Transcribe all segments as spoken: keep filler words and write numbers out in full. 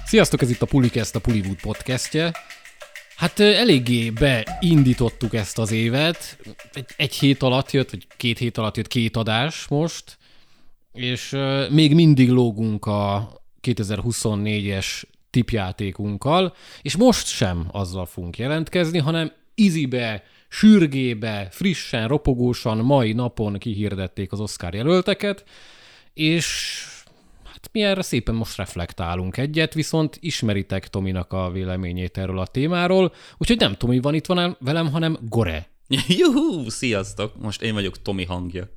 Sziasztok, ez itt a Pulikest, a Pullywood podcastje. Hát eléggé beindítottuk ezt az évet. Egy, egy hét alatt jött, vagy két hét alatt jött két adás most, és uh, még mindig lógunk a kétezer-huszonnégyes tippjátékunkkal, és most sem azzal fogunk jelentkezni, hanem izibe, sürgébe, frissen, ropogósan mai napon kihirdették az Oscar jelölteket, és hát mi erre szépen most reflektálunk egyet, viszont ismeritek Tominak a véleményét erről a témáról, úgyhogy nem Tomi van itt van velem, hanem Gore. Juhú, sziasztok! Most én vagyok Tomi hangja.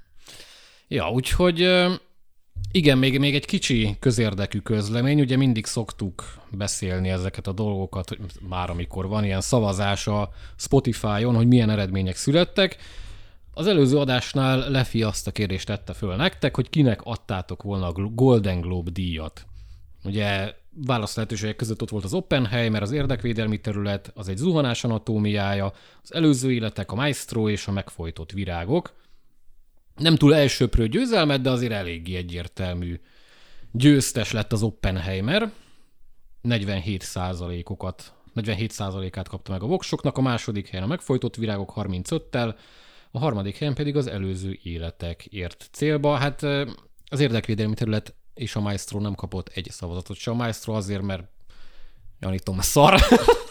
Ja, úgyhogy igen, még, még egy kicsi közérdekű közlemény, ugye mindig szoktuk beszélni ezeket a dolgokat, hogy már amikor van ilyen szavazás a Spotify-on, hogy milyen eredmények születtek. Az előző adásnál Lefi azt a kérdést tette föl nektek, hogy kinek adtátok volna a Golden Globe díjat. Ugye válasz lehetőségek között ott volt az Oppenheimer, az érdekvédelmi terület, az egy zuhanás anatómiája, az előző életek, a Maestro és a megfojtott virágok. Nem túl elsöprő győzelmet, de azért eléggé egyértelmű győztes lett az Oppenheimer. negyvenhét százalékokat, negyvenhét százalékát kapta meg a voksoknak, a második helyen a megfojtott virágok harmincöttel, a harmadik helyen pedig az előző életek ért célba. Hát az érdekvédelmi terület és a Maestro nem kapott egy szavazatot se. A Maestro azért, mert Janitom, szar.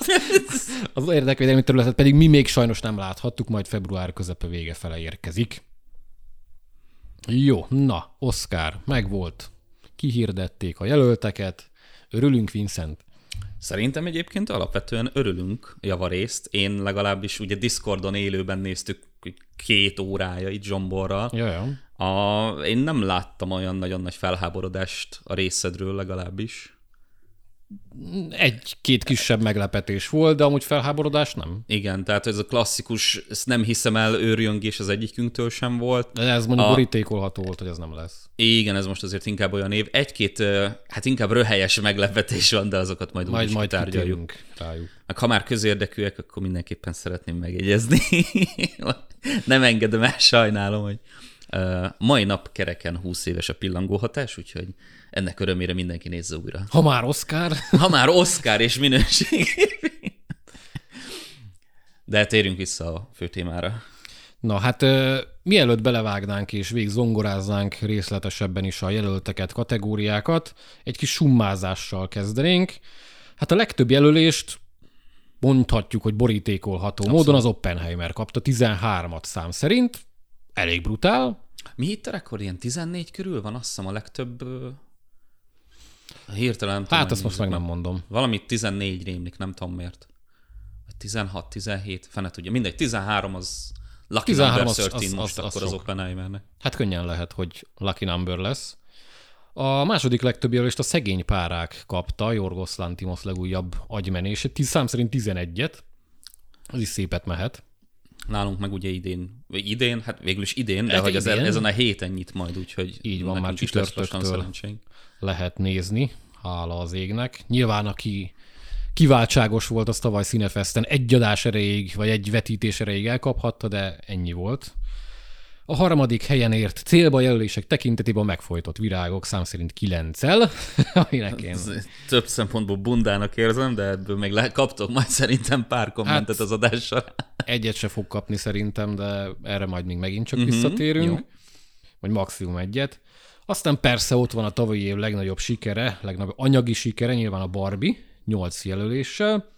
Az érdekvédelmi területet pedig mi még sajnos nem láthattuk, majd február közepe vége fele érkezik. Jó, na, Oscar, megvolt. Kihirdették a jelölteket. Örülünk, Vincent? Szerintem egyébként alapvetően örülünk javarészt. Én legalábbis ugye Discordon élőben néztük két órája itt Zsomborral. Jaja. A, én nem láttam olyan nagyon nagy felháborodást a részedről legalábbis. Egy-két kisebb meglepetés volt, de amúgy felháborodás nem. Igen, tehát ez a klasszikus, ezt nem hiszem el, őrjöngés az egyikünktől sem volt. De ez mondjuk a... borítékolható volt, hogy ez nem lesz. Igen, ez most azért inkább olyan év. Egy-két, hát inkább röhelyes meglepetés van, de azokat majd, majd úgyis majd kitárgyaljuk. rájuk. Meg ha már közérdekűek, akkor mindenképpen szeretném megjegyezni. Nem engedem el, sajnálom, hogy uh, mai nap kereken húsz éves a pillangóhatás, úgyhogy ennek örömére mindenki nézze újra. Ha már Oscar. Ha már Oscar és minőség. De térjünk vissza a fő témára. Na hát uh, mielőtt belevágnánk és végig zongoráznánk részletesebben is a jelölteket, kategóriákat, egy kis summázással kezdenénk. Hát a legtöbb jelölést mondhatjuk, hogy borítékolható Abszolút. módon az Oppenheimer kapta tizenhármat szám szerint. Elég brutál. Mi itt a rekord? Ilyen tizennégy körül van, azt hiszem a legtöbb... Hirtelen nem Hát azt most meg nem mondom. Valamit tizennégy rémlik, nem tudom miért. Vagy tizenhat, tizenhét, fene tudja. Mindegy, tizenhárom az lucky number tizenhárom most az, akkor az, az Oppenheimernek. Hát könnyen lehet, hogy lucky number lesz. A második legtöbb jelölést a szegény párák kapta, Jorgos Lanthimos legújabb agymenése. Szám szerint tizenegyet. Ez is szépet mehet. Nálunk meg ugye idén, idén, hát végül is idén, de hát hogy idén. Az, ezen a héten nyit majd, úgyhogy így van, már csütörtöktől lehet nézni, hála az égnek. Nyilván, aki kiváltságos volt, az tavaly Cinefesten egy adás erejéig, vagy egy vetítés erejéig elkaphatta, de ennyi volt. A harmadik helyen ért célba jelölések tekintetében megfojtott virágok szám szerint kilenccel, aminek én... Több szempontból bundának érzem, de ebből még le- kaptok majd szerintem pár kommentet hát, az adás során. Egyet se fog kapni szerintem, de erre majd még megint csak uh-huh, visszatérünk. jó. Vagy maximum egyet. Aztán persze ott van a tavalyi év legnagyobb sikere, legnagyobb anyagi sikere, nyilván a Barbie, nyolc jelöléssel,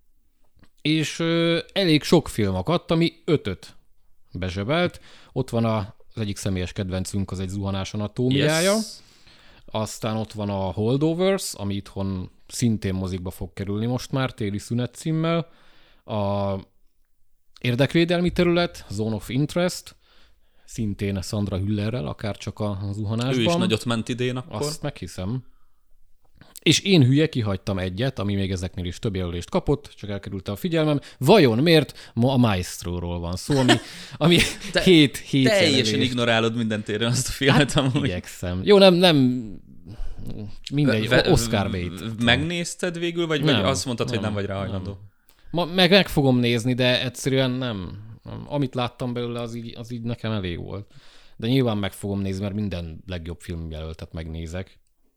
és ö, elég sok film akadt, ami ötöt bezsebelt. Ott van a, az egyik személyes kedvencünk, az egy zuhanás anatómiája. Yes. Aztán ott van a Holdovers, ami itthon szintén mozikba fog kerülni most már, téli szünet címmel. A érdekvédelmi terület, Zone of Interest, szintén Sandra Hüllerrel, akár csak a zuhanásban. Ő is nagyot ment idén akkor. Azt meghiszem. És én hülye kihagytam egyet, ami még ezeknél is több jelölést kapott, csak elkerülte a figyelmem. Vajon miért? Ma a Maestro-ról van szó, ami, ami Te, hét, hét Teljesen jelölést. ignorálod minden téren azt a filmet. Hát, igyekszem. Jó, nem, nem, mindegy, Ve- Oscar bait. Megnézted végül, vagy, vagy nem, azt mondtad, nem, hogy nem vagy rá hajlandó? Ma, meg meg fogom nézni, de egyszerűen nem. Amit láttam belőle, az így, az így nekem elég volt. De nyilván meg fogom nézni, mert minden legjobb filmjelöltet megnézek.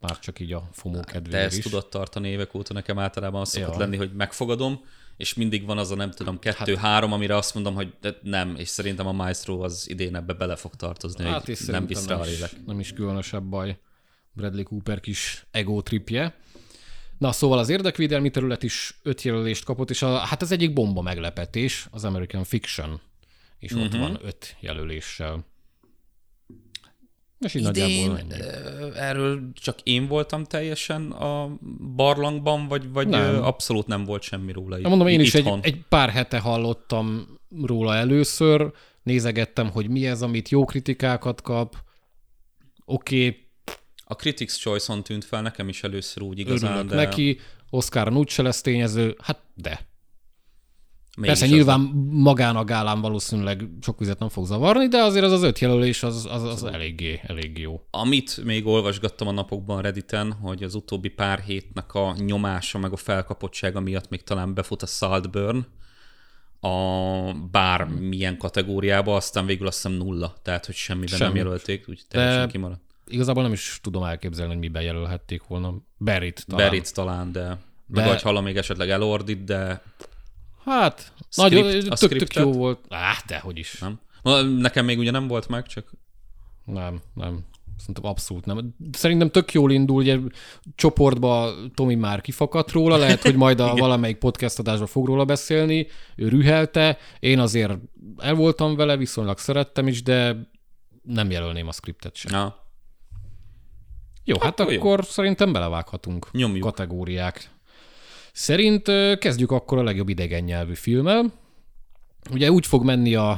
már csak így a FOMO kedvéért De ezt is. tudod tartani évek óta, nekem általában az szokott Ja. lenni, hogy megfogadom, és mindig van az a nem tudom, kettő-három, hát, amire azt mondom, hogy nem, és szerintem a Maestro az idén ebbe bele fog tartozni, Hát hogy és nem visz rá nem a is, lélek. nem is különösebb baj. Bradley Cooper kis ego tripje. Na, szóval az érdekvédelmi terület is öt jelölést kapott, és a, hát az egyik bomba meglepetés, az American Fiction, és uh-huh. ott van öt jelöléssel. És így Idén nagyjából ennyi. erről csak én voltam teljesen a barlangban, vagy, vagy Nem. abszolút nem volt semmi róla. Na mondom, én is egy, itthon. egy pár hete hallottam róla először, nézegettem, hogy mi ez, amit jó kritikákat kap. Oké, okay, A Critics' Choice-on tűnt fel nekem is először úgy igazán, örülök de... neki, Oscaron úgyse lesz tényező, hát de. Mégis Persze nyilván magán a gálán valószínűleg sok vizet nem fog zavarni, de azért az az öt jelölés az, az, az eléggé, eléggé jó. Amit még olvasgattam a napokban Redditen, hogy az utóbbi pár hétnek a nyomása meg a felkapottsága miatt még talán befut a Saltburn a bármilyen kategóriába, aztán végül azt hiszem nulla, tehát hogy semmiben Semmi. nem jelölték, úgy teljesen De kimaradt. igazából nem is tudom elképzelni, hogy miben jelölhették volna. Barryt talán. Barryt talán, de, de... De- meg vagy hallom még esetleg Elordit, de Hát, Script- nagyon, a tök, tök scriptet? jó volt. Á, dehogy is. nem. Nekem még ugye nem volt meg, csak Nem, nem. Szerintem abszolút nem. Szerintem tök jól indul, ugye csoportba Tomi már kifakadt róla, lehet, hogy majd a valamelyik podcast adásban fog róla beszélni, ő rühelte, én azért el voltam vele, viszonylag szerettem is, de nem jelölném a scriptet sem. na, Jó, hát Akkor jó. akkor szerintem belevághatunk. Nyomjuk. Kategóriák. Szerint ö, kezdjük akkor a legjobb idegen nyelvű filmmel. Ugye úgy fog menni a,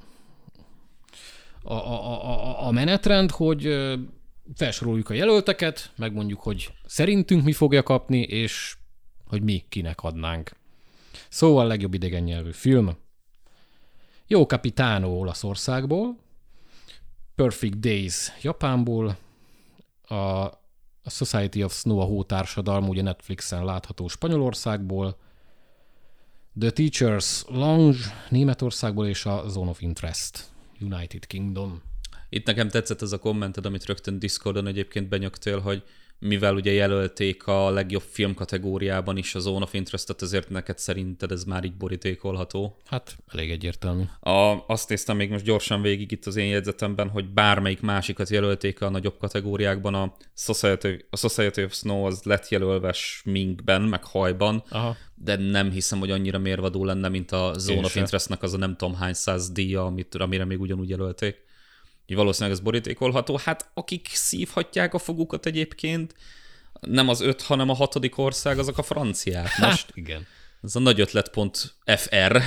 a, a, a, a menetrend, hogy ö, felsoroljuk a jelölteket, megmondjuk, hogy szerintünk mi fogja kapni, és hogy mi kinek adnánk. Szóval a legjobb idegen nyelvű film. Jó Capitano Olaszországból, Perfect Days Japánból, a a Society of Snow, a Hótársadalom, ugye Netflixen látható Spanyolországból, The Teacher's Lounge Németországból, és a Zone of Interest United Kingdom. itt nekem tetszett ez a kommented, amit rögtön Discordon egyébként benyögtél, hogy mivel ugye jelölték a legjobb film kategóriában is a Zone of Interest-et, ezért neked szerinted ez már így borítékolható. Hát elég egyértelmű. A, azt néztem még most gyorsan végig itt az én jegyzetemben, hogy bármelyik másikat jelölték a nagyobb kategóriákban, a Society, a Society of Snow az lett jelölve sminkben, meg hajban, Aha. de nem hiszem, hogy annyira mérvadó lenne, mint a Zone Én of sem. Interestnek az a nem tudom hány száz díja, amit, amire még ugyanúgy jelölték. Így valószínűleg ez borítékolható. Hát akik szívhatják a fogukat egyébként, nem az öt, hanem a hatodik ország, azok a franciák. Most Hát igen. ez a nagy ötlet.fr.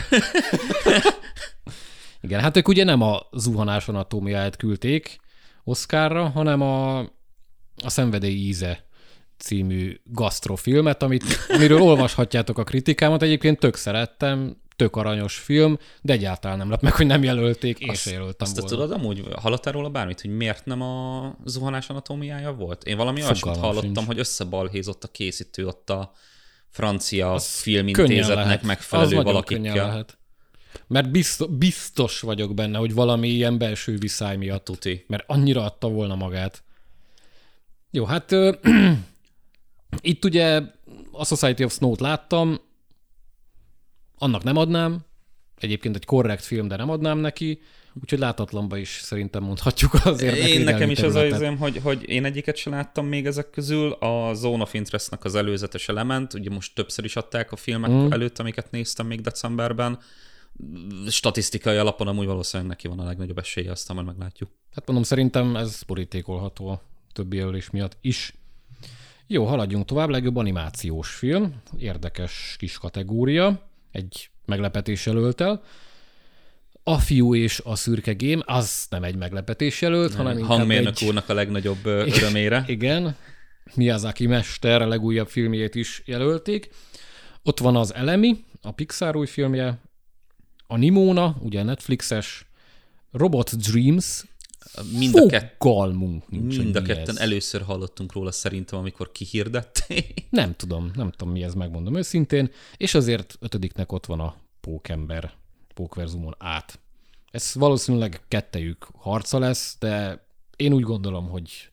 Igen, hát ők ugye nem a Zuhanás anatómiáját küldték Oscarra, hanem a, a Szenvedély íze című gasztrofilmet, amit, amiről olvashatjátok a kritikámat. Egyébként tök szerettem, tök aranyos film, de egyáltalán nem lep meg, hogy nem jelölték, én Azt, se jelöltem azt te volna. tudod amúgy, hallottál róla bármit, hogy miért nem a Zuhanás anatómiája volt? Én valami olyasmit Fogalmam hallottam, sincs. hogy összebalhézott a készítő ott a francia Az filmintézetnek könnyen lehet. megfelelő Az nagyon könnyen valakikkel. lehet. Mert biztos, biztos vagyok benne, hogy valami ilyen belső viszály miatt, Tuti. mert annyira adta volna magát. Jó, hát ö, itt ugye a Society of Snow-t láttam, annak nem adnám, egyébként egy korrekt film, de nem adnám neki, úgyhogy látatlanba is szerintem mondhatjuk az érdekvédelmi Én nekem is az területet. érzem, hogy, hogy én egyiket sem láttam még ezek közül. A Zone of Interestnek az előzetes element, ugye most többször is adták a filmek mm. előtt, amiket néztem még decemberben. Statisztikai alapon amúgy valószínűleg neki van a legnagyobb esélye, aztán majd meglátjuk. Hát mondom, szerintem ez borítékolható a többi jelölés miatt is. Jó, haladjunk tovább. Legjobb animációs film. Érdekes kis kategória. Egy meglepetés jelölt el. A fiú és a szürke gém, az nem egy meglepetés jelölt, hanem inkább Hangmérnök egy... úrnak a legnagyobb ö, örömére. Igen. Miyazaki mester legújabb filmjét is jelölték. Ott van az Elemi, a Pixar új filmje, a Nimona, ugye Netflixes, Robot Dreams, Mind a, kett, fogalmunk nincs, mind a hogy mi ketten ez. először hallottunk róla szerintem, amikor kihirdették. Nem tudom, nem tudom mi ez, megmondom őszintén, és azért ötödiknek ott van a Pókember, Pókverzumon át. Ez valószínűleg kettejük harca lesz, de én úgy gondolom, hogy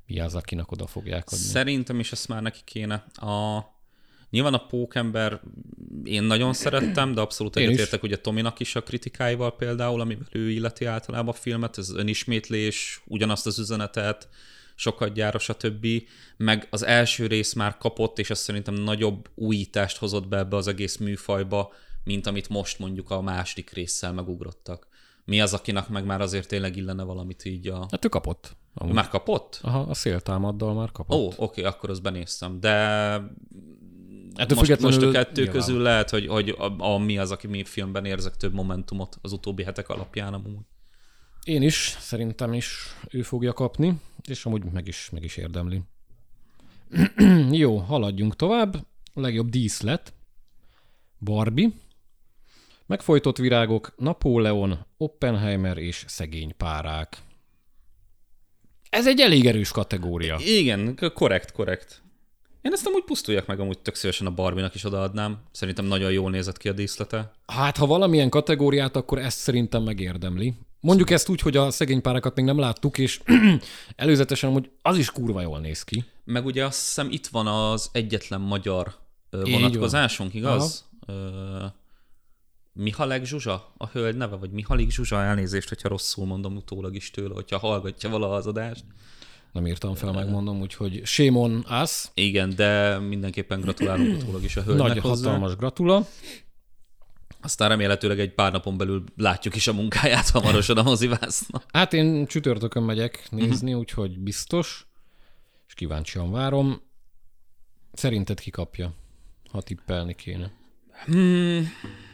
Miyazakinak oda fogják adni. Szerintem is ezt már neki kéne. A... Nyilván a Pókember én nagyon szerettem, de abszolút egyetértek ugye Tominak is a kritikáival például, amivel ő illeti általában a filmet, ez önismétlés, ugyanazt az üzenetet, sokat gyáros, stb. Meg az első rész már kapott, és azt szerintem nagyobb újítást hozott be ebbe az egész műfajba, mint amit most mondjuk a második résszel megugrottak. Mi az, akinek meg már azért tényleg illene valamit így a... Hát ő kapott. Amúgy. Már kapott? Aha, a Széltámaddal már kapott. Ó, oké, okay, akkor azt benéztem. De hát most, most a kettő nyilván közül lehet, hogy, hogy a, a mi az, aki mi filmben érzek több momentumot az utóbbi hetek alapján amúgy. Én is, szerintem is ő fogja kapni, és amúgy meg is, meg is érdemli. Jó, haladjunk tovább. A legjobb díszlet. Barbie. Megfojtott virágok, Napóleon, Oppenheimer és szegény párák. Ez egy elég erős kategória. Igen, korrekt, korrekt. Én ezt amúgy pusztuljak meg, amúgy tök szívesen a Barbie-nak is odaadnám. Szerintem nagyon jól nézett ki a díszlete. Hát, ha valamilyen kategóriát, akkor ezt szerintem megérdemli. Mondjuk ezt úgy, hogy a szegény párakat még nem láttuk, és előzetesen amúgy az is kurva jól néz ki. Meg ugye azt hiszem itt van az egyetlen magyar vonatkozásunk, igaz? Ö, Mihalek Zsuzsa a hölgy neve, vagy Mihalik Zsuzsa, elnézést, hogyha rosszul mondom utólag is tőle, hogyha hallgatja valaha az adást. Nem írtam fel, megmondom, úgyhogy shame on us. Igen, de mindenképpen gratulálunk utólag is a hölgynek Nagy hozzá. hatalmas gratula. Aztán remélhetőleg egy pár napon belül látjuk is a munkáját hamarosan a mozivásznak. Hát én csütörtökön megyek nézni, uh-huh. úgyhogy biztos, és kíváncsian várom. Szerinted ki kapja, ha tippelni kéne? Hmm.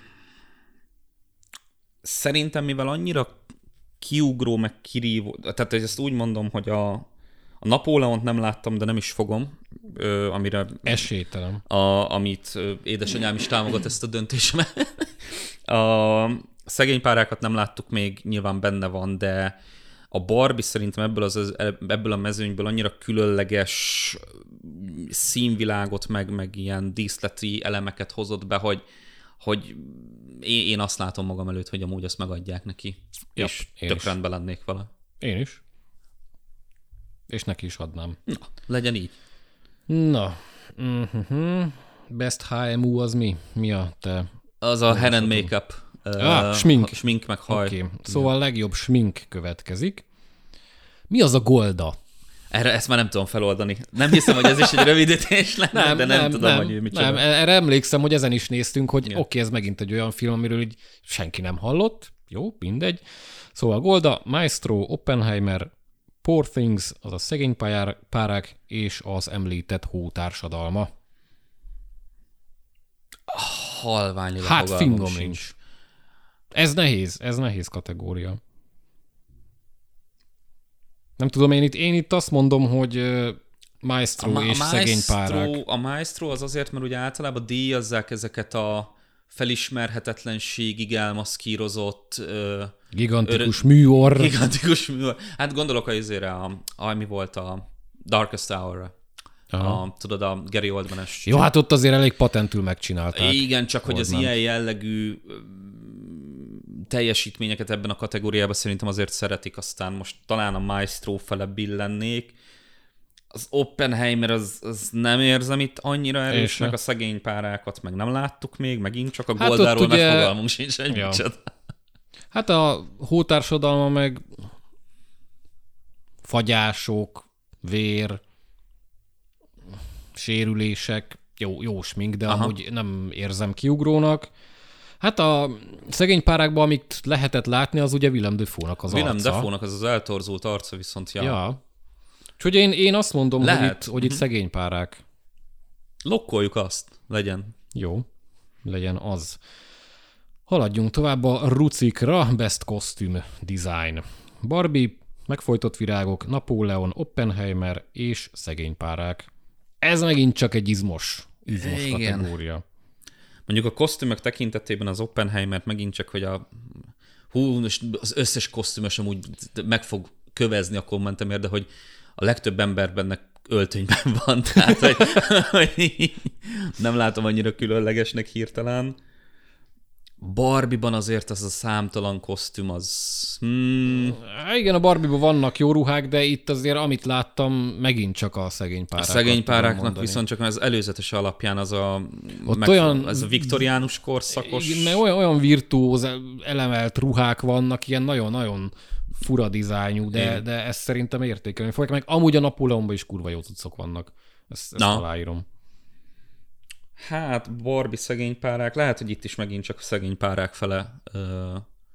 Szerintem, mivel annyira kiugró, meg kirívó, tehát ezt úgy mondom, hogy a, a Napóleont nem láttam, de nem is fogom, ö, amire... Esélytelen. A, amit ö, édesanyám is támogat ezt a döntésemet. A szegény párákat nem láttuk még, nyilván benne van, de a Barbie szerintem ebből, az, ebből a mezőnyből annyira különleges színvilágot, meg, meg ilyen díszleti elemeket hozott be, hogy, hogy én, én azt látom magam előtt, hogy amúgy azt megadják neki. Jop, és tök is. Rendben lennék vele. Én is. És neki is adnám. Na, legyen így. Na. Uh-huh. Best há em u az mi? Mi a te? Az a hair and make-up. Ah, uh, smink. Smink meg haj. Okay. Szóval a legjobb smink következik. Mi az a Golda? Erre ezt már nem tudom feloldani. Nem hiszem, hogy ez is egy rövidítés lenne, nem, de nem, nem tudom, nem, hogy mit nem, erre emlékszem, hogy ezen is néztünk, hogy oké, okay, ez megint egy olyan film, amiről így senki nem hallott. Jó, mindegy. Szóval Golda, Maestro, Oppenheimer, Poor Things, az a szegény párák, és az említett Hó társadalma. Halványilag hát fingom nincs. Ez nehéz, ez nehéz kategória. Nem tudom, én itt, én itt azt mondom, hogy uh, Maestro a, és a szegény maestro, párák. A Maestro az azért, mert ugye általában díjazzák ezeket a felismerhetetlenségig elmaszkírozott uh, gigantikus ör... műorr. Gigantikus műorr. Hát gondolok azért, a, a, mi volt a Darkest Hour-ra. A, tudod, a Gary Oldman-es. Jó, hát ott azért elég patentül megcsinálták. Igen, csak Oldman. Hogy az ilyen jellegű teljesítményeket ebben a kategóriában szerintem azért szeretik, aztán most talán a Maestro fele billennék. Az Oppenheimer az, az nem érzem itt annyira erős, meg a szegény párákat meg nem láttuk még, megint csak a hát Goldáról meg ugye... fogalmunk sincs egy ja. micsoda. Hát a hótársadalma meg fagyások, vér, sérülések, jó, jó smink, de aha. amúgy nem érzem kiugrónak. Hát a szegény párákban, amit lehetett látni, az ugye Willem Dafoe-nak az Willem arca. Willem Dafoe-nak az az eltorzult arca viszont ja. ja. Úgyhogy én, én azt mondom, Lehet. hogy itt, hogy itt mm-hmm. szegény párák. Lokkoljuk azt, legyen. Jó, legyen az. Haladjunk tovább a rucikra, Best Costume Design. Barbie, Megfojtott virágok, Napóleon, Oppenheimer és szegény párák. Ez megint csak egy izmos, izmos kategória. Mondjuk a kosztümök tekintetében az Oppenheimert megint csak, hogy a hú, az összes kosztümös amúgy meg fog kövezni a kommentemért, de hogy a legtöbb ember benne öltönyben van, tehát hogy, hogy nem látom annyira különlegesnek hirtelen. Barbie-ban azért az a számtalan kosztüm, az... Hmm. Igen, a Barbie-ban vannak jó ruhák, de itt azért, amit láttam, megint csak a szegény párákat. A szegény páráknak viszont csak az előzetes alapján az a, meg, olyan, az a viktoriánus korszakos... Igen, olyan, olyan virtuóz, elemelt ruhák vannak, ilyen nagyon-nagyon fura dizájnjú, de, de ezt szerintem értékelni fogják. Meg amúgy a Napóleonban is kurva jó cuccok vannak. Ezt, ezt aláírom. Hát, Barbie szegény párák, lehet, hogy itt is megint csak szegény párák fele ö,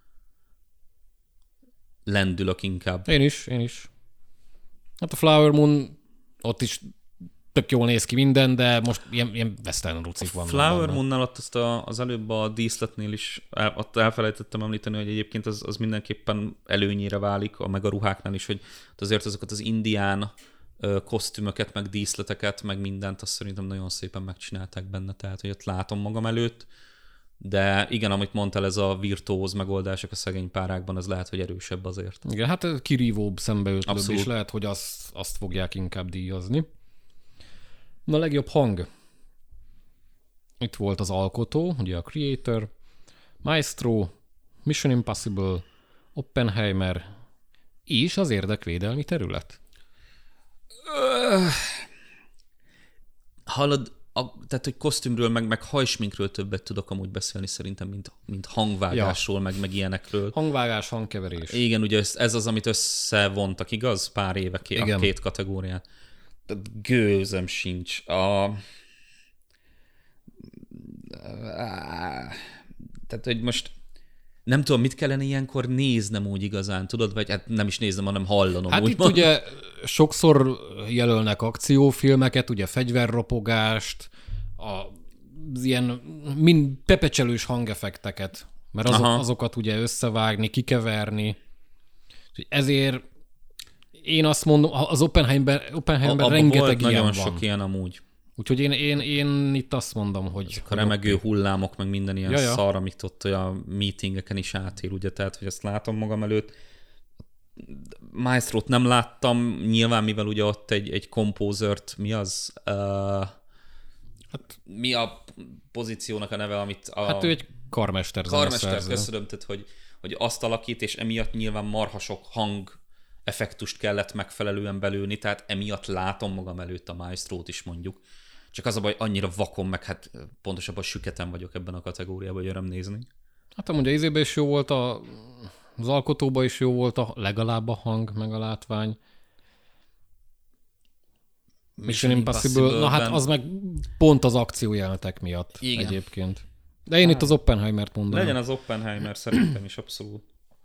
lendülök inkább. Én is, én is. Hát a Flower Moon, ott is tök jól néz ki minden, de most ilyen, ilyen western rucik vannak. Flower Moonnál ott azt a, az előbb a díszletnél is el, ott elfelejtettem említeni, hogy egyébként az, az mindenképpen előnyére válik, a meg a ruháknál is, hogy azért azokat az indián kosztümöket, meg díszleteket, meg mindent, azt szerintem nagyon szépen megcsinálták benne, tehát hogy ott látom magam előtt, de igen, amit mondtál, ez a virtuóz megoldások a szegény párákban, az lehet, hogy erősebb azért. Igen, hát ez kirívóbb, szembeötlőbb is lehet, hogy azt, azt fogják inkább díjazni. Na, a legjobb hang. Itt volt az alkotó, ugye a Creator, Maestro, Mission Impossible, Oppenheimer és az érdekvédelmi terület. Hallod, a, tehát, hogy kosztümről, meg, meg hajsminkről többet tudok amúgy beszélni szerintem, mint, mint hangvágásról, ja. meg, meg ilyenekről. Hangvágás, hangkeverés. Igen, ugye ez az, amit összevontak, igaz? Pár éve ké, a két kategóriát. Tehát gőzem sincs. A... Tehát, hogy most nem tudom, mit kellene ilyenkor néznem úgy igazán, tudod? Vagy hát nem is néznem, hanem hallanom. Hát úgy itt mond. Ugye sokszor jelölnek akciófilmeket, ugye fegyverropogást, a, az ilyen mind pepecselős hangeffekteket, mert azok, azokat ugye összevágni, kikeverni. Ezért én azt mondom, az Oppenheimerben, Oppenheimerben rengeteg ilyen nagyon van. sok ilyen amúgy. Úgyhogy én, én, én itt azt mondom, hogy... Ezek a remegő okay. hullámok, meg minden ilyen ja, ja. szar, amit ott a meetingeken is átér, ugye, tehát, hogy ezt látom magam előtt. Maestrót nem láttam, nyilván, mivel ugye ott egy, egy kompózert, mi az? Uh, hát, mi a pozíciónak a neve, amit... A hát ő egy karmester. Karmester, köszönöm, tehát, hogy, hogy azt alakít, és emiatt nyilván marha sok hang effektust kellett megfelelően belőni, tehát emiatt látom magam előtt a Maestrót is mondjuk. Csak az a baj, annyira vakon, meg hát pontosabban süketen vagyok ebben a kategóriában, hogy öröm nézni. Hát amúgy az izében is jó volt, a, az alkotóban is jó volt a, legalább a hang, meg a látvány. Mission Impossible, na hát az meg pont az akciójelenetek miatt. Igen. Egyébként. De én hát, itt az Oppenheimert mondanám. Legyen az Oppenheimer szerintem is abszolút.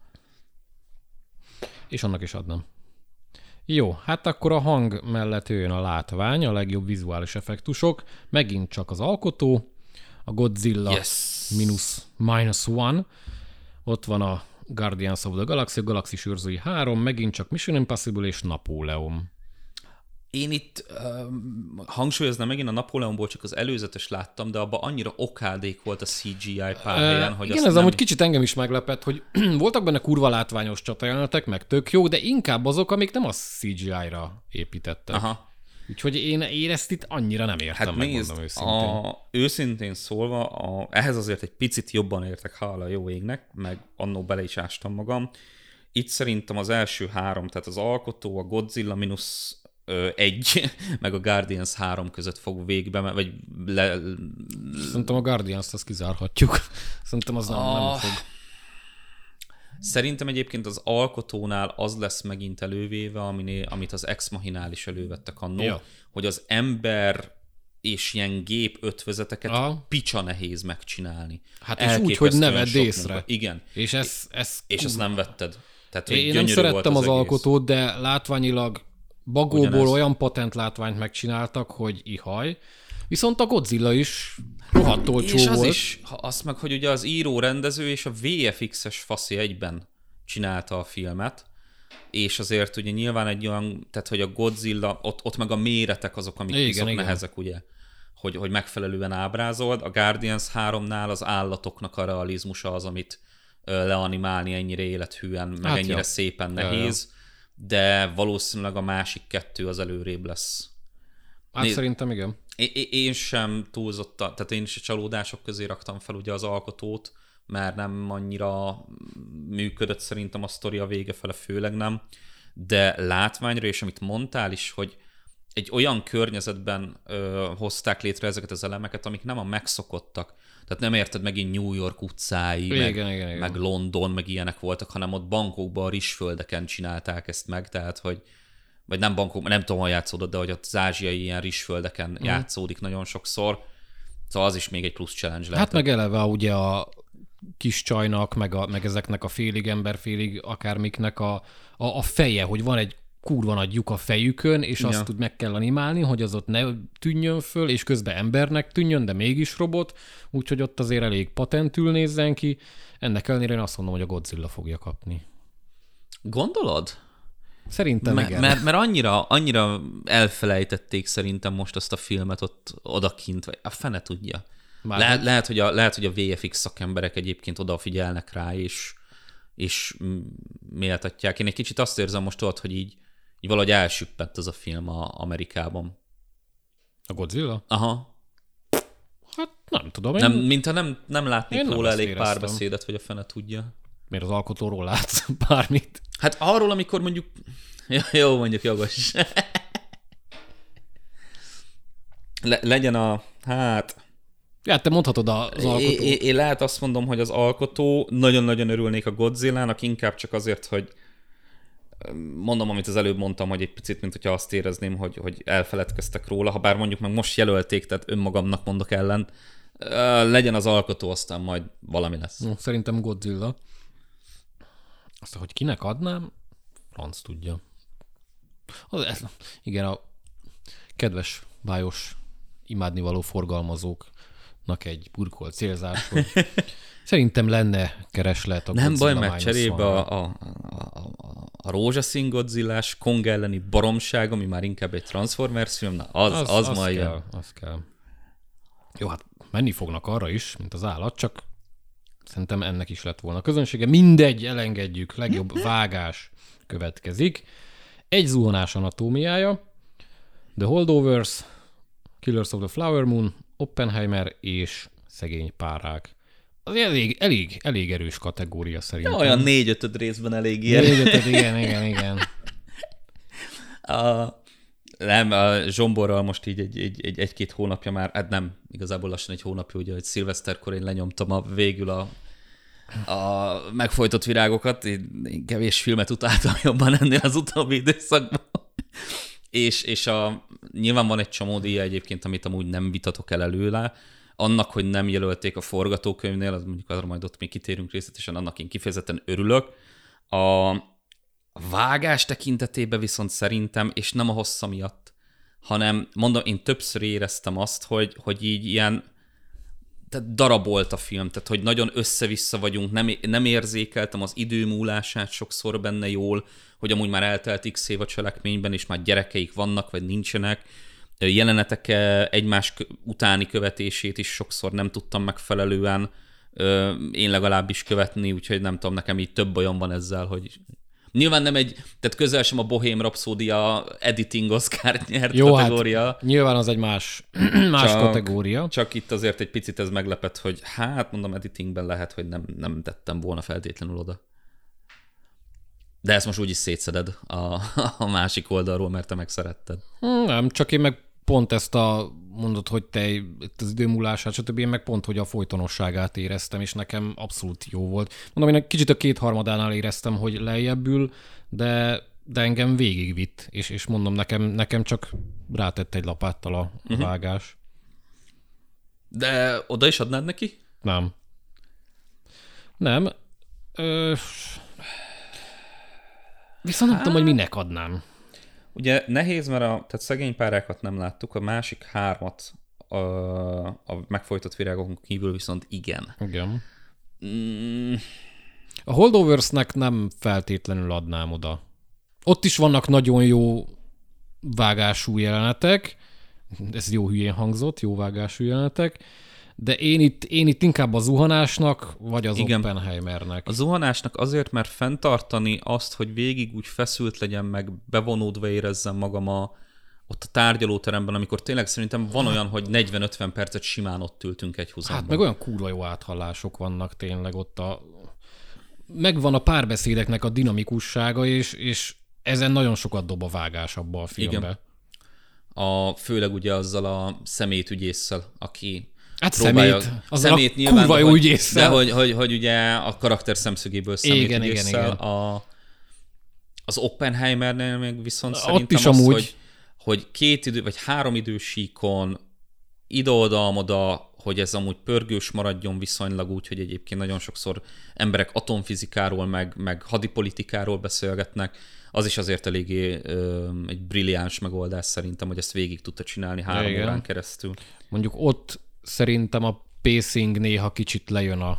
És annak is adnám. Jó, hát akkor a hang mellett jön a látvány, a legjobb vizuális effektusok, megint csak az alkotó, a Godzilla yes. minus, minus one, ott van a Guardians of the Galaxy, a Galaxis őrzői három, megint csak Mission Impossible és Napóleon. Én itt um, hangsúlyoznám megint a Napóleonból csak az előzetes láttam, de abban annyira okádék volt a cé gé í pár helyen, uh, hogy igen, azt ez nem... amúgy kicsit engem is meglepett, hogy voltak benne kurva látványos csatajelenetek, meg tök jó, de inkább azok, amik nem a cé gé í-ra építettek. Aha. Úgyhogy én, én ezt itt annyira nem értem, hát megmondom nézd, őszintén. A, őszintén szólva, a, ehhez azért egy picit jobban értek, hála jó égnek, meg annó bele is ástam magam. Itt szerintem az első három, tehát az alkotó, a Godzilla minusz egy, meg a Guardians három között fog végbe, vagy le... Szerintem a Guardians-t azt kizárhatjuk. Szerintem az nem, a... nem fog. Szerintem egyébként az alkotónál az lesz megint elővéve, aminél, amit az Ex Machinál is elővettek annó, ja. hogy az ember és ilyen gép ötvözeteket Aha. picsa nehéz megcsinálni. Hát és úgy, hogy ne vedd észre. Munka. Igen. És, ez, ez és ezt nem vetted. Tehát, Én nem szerettem az, az alkotót, de látványilag bagóból Ugyanez. olyan patent látványt megcsináltak, hogy ihaj. Viszont a Godzilla is rohadt olcsó és az volt. is, azt meg, hogy ugye az író, rendező és a vé ef iksz-es faszi egyben csinálta a filmet, és azért ugye nyilván egy olyan, tehát hogy a Godzilla, ott, ott meg a méretek azok, amik igen, viszont igen. nehezek, ugye, hogy, hogy megfelelően ábrázold. A Guardians háromnál az állatoknak a realizmusa az, amit leanimálni ennyire élethűen, meg hát ennyire ja. szépen nehéz. Ja, ja. De valószínűleg a másik kettő az előrébb lesz. Hát Nézd, szerintem igen. Én, én sem túlzottan, tehát én is a csalódások közé raktam fel ugye az alkotót, mert nem annyira működött szerintem a sztori a vége fele, főleg nem. De látványra, és amit mondtál is, hogy egy olyan környezetben ö, hozták létre ezeket az elemeket, amik nem a megszokottak. Tehát nem érted, megint New York utcái, igen, meg, igen, igen. meg London, meg ilyenek voltak, hanem ott Bangkokban, a rizsföldeken csinálták ezt meg, tehát hogy, vagy nem Bangkokban, nem tudom, hol játszódott, de hogy ott az ázsiai ilyen rizsföldeken mm. játszódik nagyon sokszor. Szóval az is még egy plusz challenge lehet. Hát meg eleve ugye a kis csajnak, meg, a, meg ezeknek a félig ember, félig akármiknek a, a, a feje, hogy van egy kurva nagy lyuk a fejükön, és ja. azt úgy meg kell animálni, hogy az ott ne tűnjön föl, és közben embernek tűnjön, de mégis robot, úgyhogy ott azért elég patentül nézzen ki. Ennek ellenére én azt mondom, hogy a Godzilla fogja kapni. Gondolod? Szerintem M- igen. Mert, mert annyira, annyira elfelejtették szerintem most azt a filmet ott odakint, vagy a fene tudja. Le- lehet, hogy a, lehet, hogy a vé ef iksz szakemberek egyébként odafigyelnek rá, és, és méltatják. Én egy kicsit azt érzem most ott, hogy így, így valahogy elsüppett az a film a Amerikában. A Godzilla? Aha. Hát nem tudom. Én... Nem, mintha nem, nem látnék róla elég éreztem. párbeszédet, vagy a fene tudja. Miért az alkotóról látsz bármit? Hát arról, amikor mondjuk... Jó, mondjuk jogos. Le, legyen a... Hát... Ja, te mondhatod az alkotót. Én, én lehet azt mondom, hogy az alkotó, nagyon-nagyon örülnék a Godzillának, inkább csak azért, hogy mondom, amit az előbb mondtam, hogy egy picit, mint hogyha azt érezném, hogy, hogy elfeledkeztek róla, ha bár mondjuk meg most jelölték, tehát önmagamnak mondok ellen, legyen az alkotó, aztán majd valami lesz. Szerintem Godzilla. Azt, hogy kinek adnám, franc tudja. Az, ez, igen, a kedves, bájos, imádnivaló forgalmazóknak egy burkolt célzás, hogy szerintem lenne kereslet a Nem Godzilla baj, mert cserébe a, a, a, a, a rózsaszín Godzillás, Kong elleni baromság, ami már inkább egy Transformers film, na az, az, az, az majd kell, az kell. Jó, hát menni fognak arra is, mint az állat, csak szerintem ennek is lett volna a közönsége. Mindegy, elengedjük, legjobb vágás következik. Egy zuhanás anatómiája, The Holdovers, Killers of the Flower Moon, Oppenheimer és Szegény párák. Az elég, elég, elég erős kategória szerintem. Ja, olyan négy-ötöd részben elég ilyen. Négy-ötöd, igen, igen, igen. A, nem, a Zsomborral most így egy, egy, egy, egy-két hónapja már, hát nem, igazából lassan egy hónapja, ugye, hogy szilveszterkor én lenyomtam a végül a, a megfojtott virágokat. Én, én kevés filmet utáltam jobban ennél az utóbbi időszakban. és és a, nyilván van egy csomó díja egyébként, amit amúgy nem vitatok el előle. Annak, hogy nem jelölték a forgatókönyvnél, az mondjuk arra majd ott még kitérünk részletesen, annak én kifejezetten örülök. A vágás tekintetében viszont szerintem, és nem a hossza miatt, hanem mondom, én többször éreztem azt, hogy, hogy így ilyen tehát darabolt a film, tehát hogy nagyon össze-vissza vagyunk, nem, nem érzékeltem az idő múlását sokszor benne jól, hogy amúgy már eltelt x év a cselekményben, és már gyerekeik vannak, vagy nincsenek. Jelenetek egymás utáni követését is sokszor nem tudtam megfelelően én legalábbis követni, úgyhogy nem tudom, nekem így több olyan van ezzel, hogy nyilván nem egy, tehát közel sem a Bohém Rhapsódia editing Oscar-t nyert jó, kategória. Hát, nyilván az egy más, más csak, kategória. Csak itt azért egy picit ez meglepett, hogy hát mondom, editingben lehet, hogy nem, nem tettem volna feltétlenül oda. De ezt most úgyis szétszeded a, a másik oldalról, mert te megszeretted. Nem, csak én meg pont ezt a mondod, hogy te itt az időmúlását, stb. Én meg pont, hogy a folytonosságát éreztem, és nekem abszolút jó volt. Mondom, én egy kicsit a kétharmadánál éreztem, hogy lejjebbül, de, de engem végigvitt, és, és mondom, nekem, nekem csak rátett egy lapáttal a uh-huh. vágás. De oda is adnád neki? Nem. Nem. Ö... Viszont nem hát... tudom, hogy minek adnám. Ugye nehéz, mert a tehát szegény párákat nem láttuk, a másik hármat a, a megfojtott virágokon kívül viszont igen. Igen. Mm. A Holdoversnek nem feltétlenül adnám oda. Ott is vannak nagyon jó vágású jelenetek, ez jó hülyén hangzott, jó vágású jelenetek, de én itt, én itt inkább a zuhanásnak, vagy az igen. Oppenheimernek. A zuhanásnak azért, mert fenntartani azt, hogy végig úgy feszült legyen, meg bevonódva érezzem magam a, ott a tárgyalóteremben, amikor tényleg szerintem van olyan, hogy negyven-ötven percet simán ott ültünk egy húzamban. Hát meg olyan kurva jó áthallások vannak tényleg ott a... Megvan a párbeszédeknek a dinamikussága, és, és ezen nagyon sokat dob a vágás abba a filmbe. Igen. A, főleg ugye azzal a szemétügyésszel, aki hát próbálja... szemét, azzal szemét a nyilván, kurva jó hogy, ügyésszel. De hogy, hogy, hogy ugye a karakter szemszögéből szemétügyésszel. Igen, igen, igen. A, az Oppenheimernél még viszont ott szerintem is az, amúgy... hogy, hogy két idő, vagy három idősíkon ide-oda-amoda, hogy ez amúgy pörgős maradjon viszonylag úgy, hogy egyébként nagyon sokszor emberek atomfizikáról, meg, meg hadipolitikáról beszélgetnek, az is azért eléggé ö, egy brilliáns megoldás szerintem, hogy ezt végig tudta csinálni három Igen. órán keresztül. Mondjuk ott szerintem a pacing néha kicsit lejön a,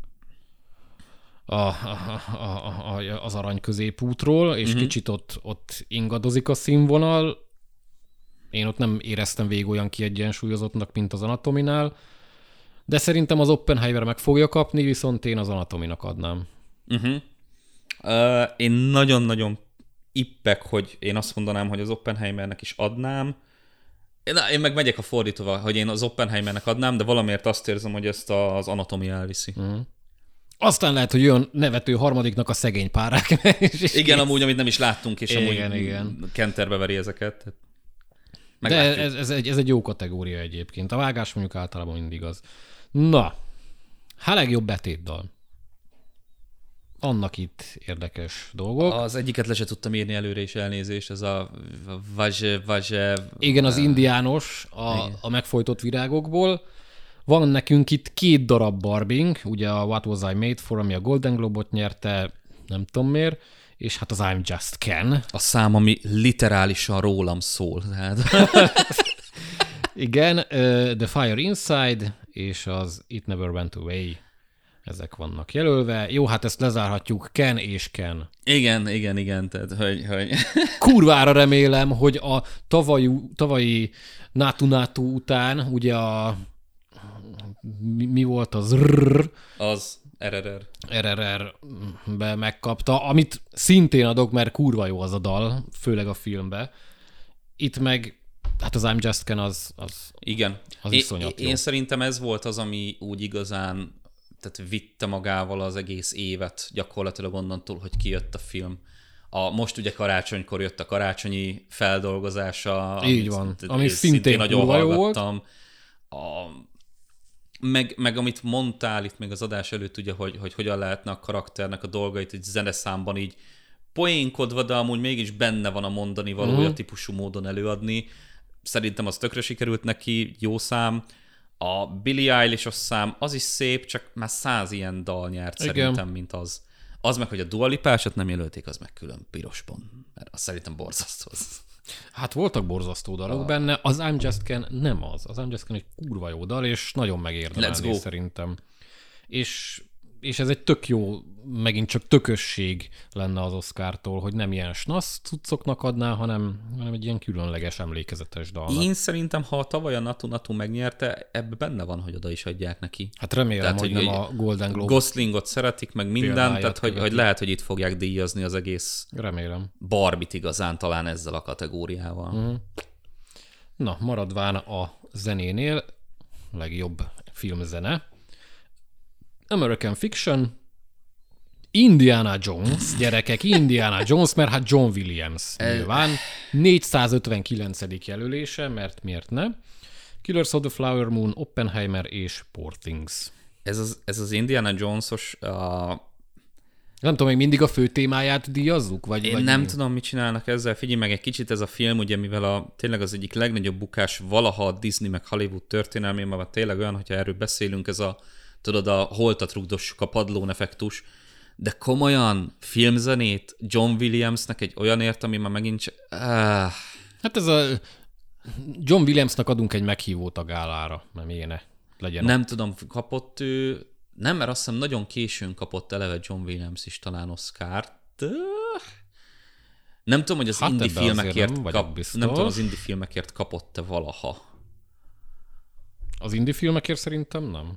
a, a, a, a, az arany középútról, és mm-hmm. kicsit ott, ott ingadozik a színvonal. Én ott nem éreztem végig olyan kiegyensúlyozottnak, mint az Anatominál, de szerintem az Oppenheimer meg fogja kapni, viszont én az Anatominak adnám. Uh-huh. Uh, én nagyon-nagyon ippek, hogy én azt mondanám, hogy az Oppenheimernek is adnám. Én, én meg megyek a fordítóval, hogy én az Oppenheimernek adnám, de valamiért azt érzem, hogy ezt az Anatomy elviszi. Uh-huh. Aztán lehet, hogy jön nevető harmadiknak a szegény párák. És igen, amúgy, amit nem is láttunk, és igen, amúgy igen. kenterbe veri ezeket. Meglátjuk. De ez, ez, egy, ez egy jó kategória egyébként. A vágás mondjuk általában mindig az. Na, hát legjobb betétdal. Annak itt érdekes dolgok. Az egyiket le se tudtam írni előre, és elnézést, ez a Vazse, Vazse... Igen, az indiános a, a megfojtott virágokból. Van nekünk itt két darab Barbing, ugye a What Was I Made For, ami a Golden Globe-ot nyerte, nem tudom miért, és hát az I'm Just Ken. A szám, ami literálisan rólam szól. Tehát. Igen, uh, The Fire Inside és az It Never Went Away. Ezek vannak jelölve. Jó, hát ezt lezárhatjuk. Ken és Ken. Igen, igen, igen. Tehát, hogy, hogy... Kurvára remélem, hogy a tavalyi, tavalyi Nátu-Nátu után ugye a mi, mi volt az rrr, az er er er. er er er-be megkapta, amit szintén adok, mert kurva jó az a dal, főleg a filmbe. Itt meg, hát az I'm Just Ken az, az, igen. az é, iszonyat jó. Én szerintem ez volt az, ami úgy igazán tehát vitte magával az egész évet gyakorlatilag onnantól, hogy kijött a film. A, most ugye karácsonykor jött a karácsonyi feldolgozása. Így van, ami szintén nagyon hallgattam. A, meg, meg amit mondtál itt még az adás előtt, ugye, hogy, hogy hogyan lehetne a karakternek a dolgait egy zeneszámban így poénkodva, de amúgy mégis benne van a mondani valója mm. típusú módon előadni. Szerintem az tökre sikerült neki, jó szám. A Billie Eilish-os szám, az is szép, csak már száz ilyen dal nyert Igen. szerintem, mint az. Az meg, hogy a Dua Lipásat nem jelölték, az meg külön pirosban. Mert azt szerintem borzasztó. Hát voltak borzasztó dalok a... benne, az I'm Just Ken nem az. Az I'm Just Ken egy kurva jó dal, és nagyon megérdemelné szerintem. És, és ez egy tök jó, megint csak tökösség lenne az Oscartól, hogy nem ilyen snasz cuccoknak adná, hanem, hanem egy ilyen különleges, emlékezetes dalnak. Én szerintem, ha tavaly a Natu-Natu megnyerte, ebben benne van, hogy oda is adják neki. Hát remélem, tehát, hogy, hogy nem a Golden Globe. Goslingot szeretik, meg mindent, tehát hogy, hogy lehet, hogy itt fogják díjazni az egész remélem. Barbit igazán talán ezzel a kategóriával. Uh-huh. Na, maradván a zenénél, legjobb filmzene. American Fiction, Indiana Jones, gyerekek, Indiana Jones, mert hát John Williams nyilván. négyszázötvenkilencedik jelölése, mert miért ne? Killers of the Flower Moon, Oppenheimer és Poor Things. Ez az, ez az Indiana Jones-os... Uh... Nem tudom, még mindig a fő témáját díjazzuk? Vagy, Én vagy nem mi? tudom, mit csinálnak ezzel. Figyelj meg egy kicsit, ez a film, ugye mivel a, tényleg az egyik legnagyobb bukás valaha a Disney meg Hollywood történelmében, mert tényleg olyan, hogyha erről beszélünk, ez a tudod, a holtat rugdossuk a padlón effektus, de komolyan filmzenét John Williamsnek egy olyanért, ami már megint csak... Ah. Hát ez a... John Williamsnak adunk egy meghívót a gálára, nem éne legyen. Nem ott. Tudom, kapott ő... Nem, mert azt hiszem nagyon későn kapott eleve John Williams is talán Oscart. Nem tudom, hogy az hát indie filmekért nem, kap... nem tudom, az indie filmekért kapott-e valaha. Az indie filmekért szerintem nem.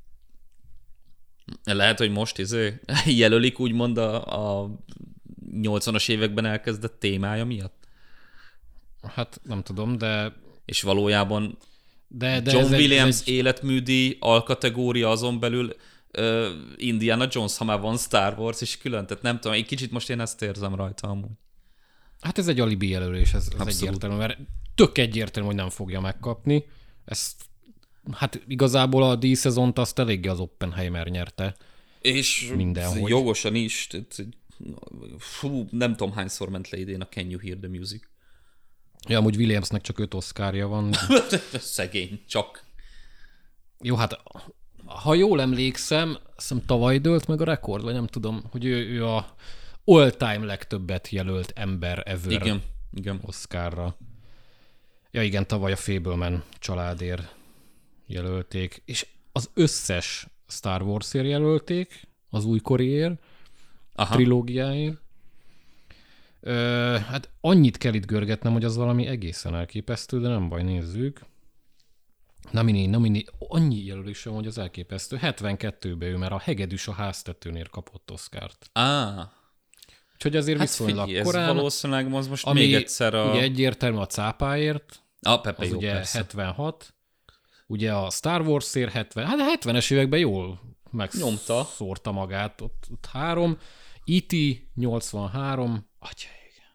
Lehet, hogy most izé, jelölik úgymond a, a nyolcvanas években elkezdett témája miatt? Hát nem tudom, de... És valójában de, de John ez Williams egy, ez egy... életműdíj, alkategória, azon belül uh, Indiana Jones, ha már van Star Wars is külön, tehát nem tudom, egy kicsit most én ezt érzem rajta amúgy. Hát ez egy alibi jelölés, ez, ez egyértelmű, mert tök egyértelmű, hogy nem fogja megkapni. Ezt, hát igazából a díjszezont azt eléggé az Oppenheimer nyerte. És mindenhogy. Jogosan is, tehát, fú, nem tudom hányszor ment le idén a Can You Hear the Music. Ja, amúgy Williamsnek csak öt oszkárja van. Szegény, csak. Jó, hát ha jól emlékszem, azt hiszem tavaly dőlt meg a rekord, vagy nem tudom, hogy ő, ő a all-time legtöbbet jelölt ember ever igen, igen. Oscarra. Ja igen, tavaly a Fableman családért jelölték, és az összes Star Wars-ért jelölték, az újkoriért, a trilógiáért. Ö, hát annyit kell itt görgetnem, hogy az valami egészen elképesztő, de nem baj, nézzük. Na mini, na mini, annyi jelölésem, hogy az elképesztő. hetvenkettőben ő, mert a Hegedűs a háztetőnél kapott Oscart. Ah. Úgyhogy azért hát viszonylag figyelj, korán. Ez valószínűleg az most ami még egyszer a... ugye egyértelmű a cápáért, a Pepe az jó, ugye persze. hetvenhat. Ugye a Star Warsért hetven, hát a hetvenes években jól megszórta magát, ott, ott három. E T nyolcvanhárom. Atya,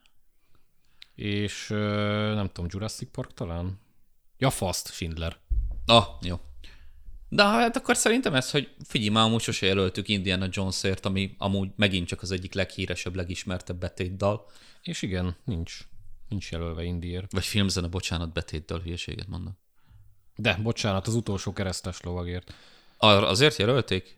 és nem tudom, Jurassic Park talán? Ja, Fast, Schindler. Ah, jó. De hát akkor szerintem ez, hogy figyelj, már amúgy sose jelöltük Indiana Jonesért, ami amúgy megint csak az egyik leghíresebb, legismertebb betétdal. És igen, nincs. Nincs jelölve Indiért. Vagy filmzene, bocsánat, betétdal, hülyeséget mondom. De, bocsánat, az utolsó keresztes lovagért. Ar- azért jelölték?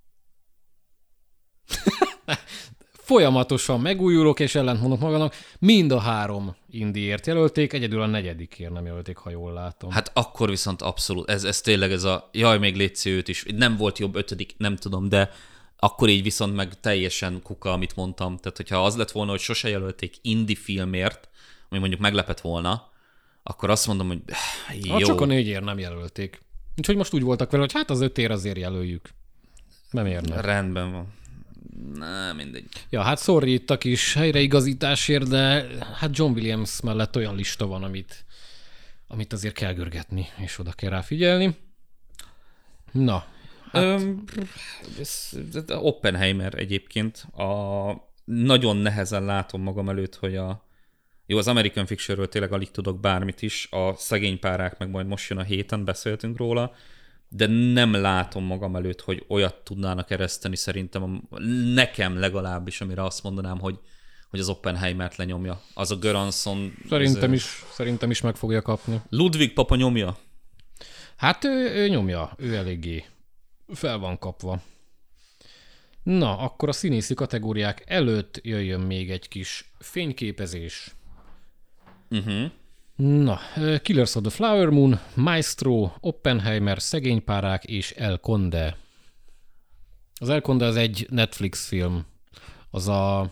Folyamatosan megújulok és ellentmondok magának. Mind a három Indiért jelölték, egyedül a negyedikért nem jelölték, ha jól látom. Hát akkor viszont abszolút, ez, ez tényleg ez a, jaj, még létszi őt is, nem volt jobb ötödik, nem tudom, de akkor így viszont meg teljesen kuka, amit mondtam. Tehát, hogyha az lett volna, hogy sose jelölték indie filmért, ami mondjuk meglepett volna, akkor azt mondom, hogy jó. Ha csak a négyért nem jelölték. Úgyhogy most úgy voltak vele, hogy hát az ötér azért jelöljük. Nem érne. Rendben van. Na, mindegy. Ja, hát sorry itt a kis helyreigazításért, de hát John Williams mellett olyan lista van, amit, amit azért kell görgetni, és oda kell rá figyelni. Na. Hát... Öm, ez, ez Oppenheimer egyébként. A, nagyon nehezen látom magam előtt, hogy a jó, az American Fiction-ről tényleg alig tudok bármit is, a Szegény párák meg majd most jön a héten, beszéltünk róla, de nem látom magam előtt, hogy olyat tudnának ereszteni szerintem, nekem legalábbis, amire azt mondanám, hogy, hogy az Oppenheimert lenyomja. Az a Göransson... Szerintem ez, is, szerintem is meg fogja kapni. Ludwig papa nyomja? Hát ő, ő nyomja, ő eléggé fel van kapva. Na, akkor a színészi kategóriák előtt jöjjön még egy kis fényképezés. Uh-huh. Na, Killers of the Flower Moon, Maestro, Oppenheimer, Szegény párák és El Conde. Az El Conde az egy Netflix film. Az a,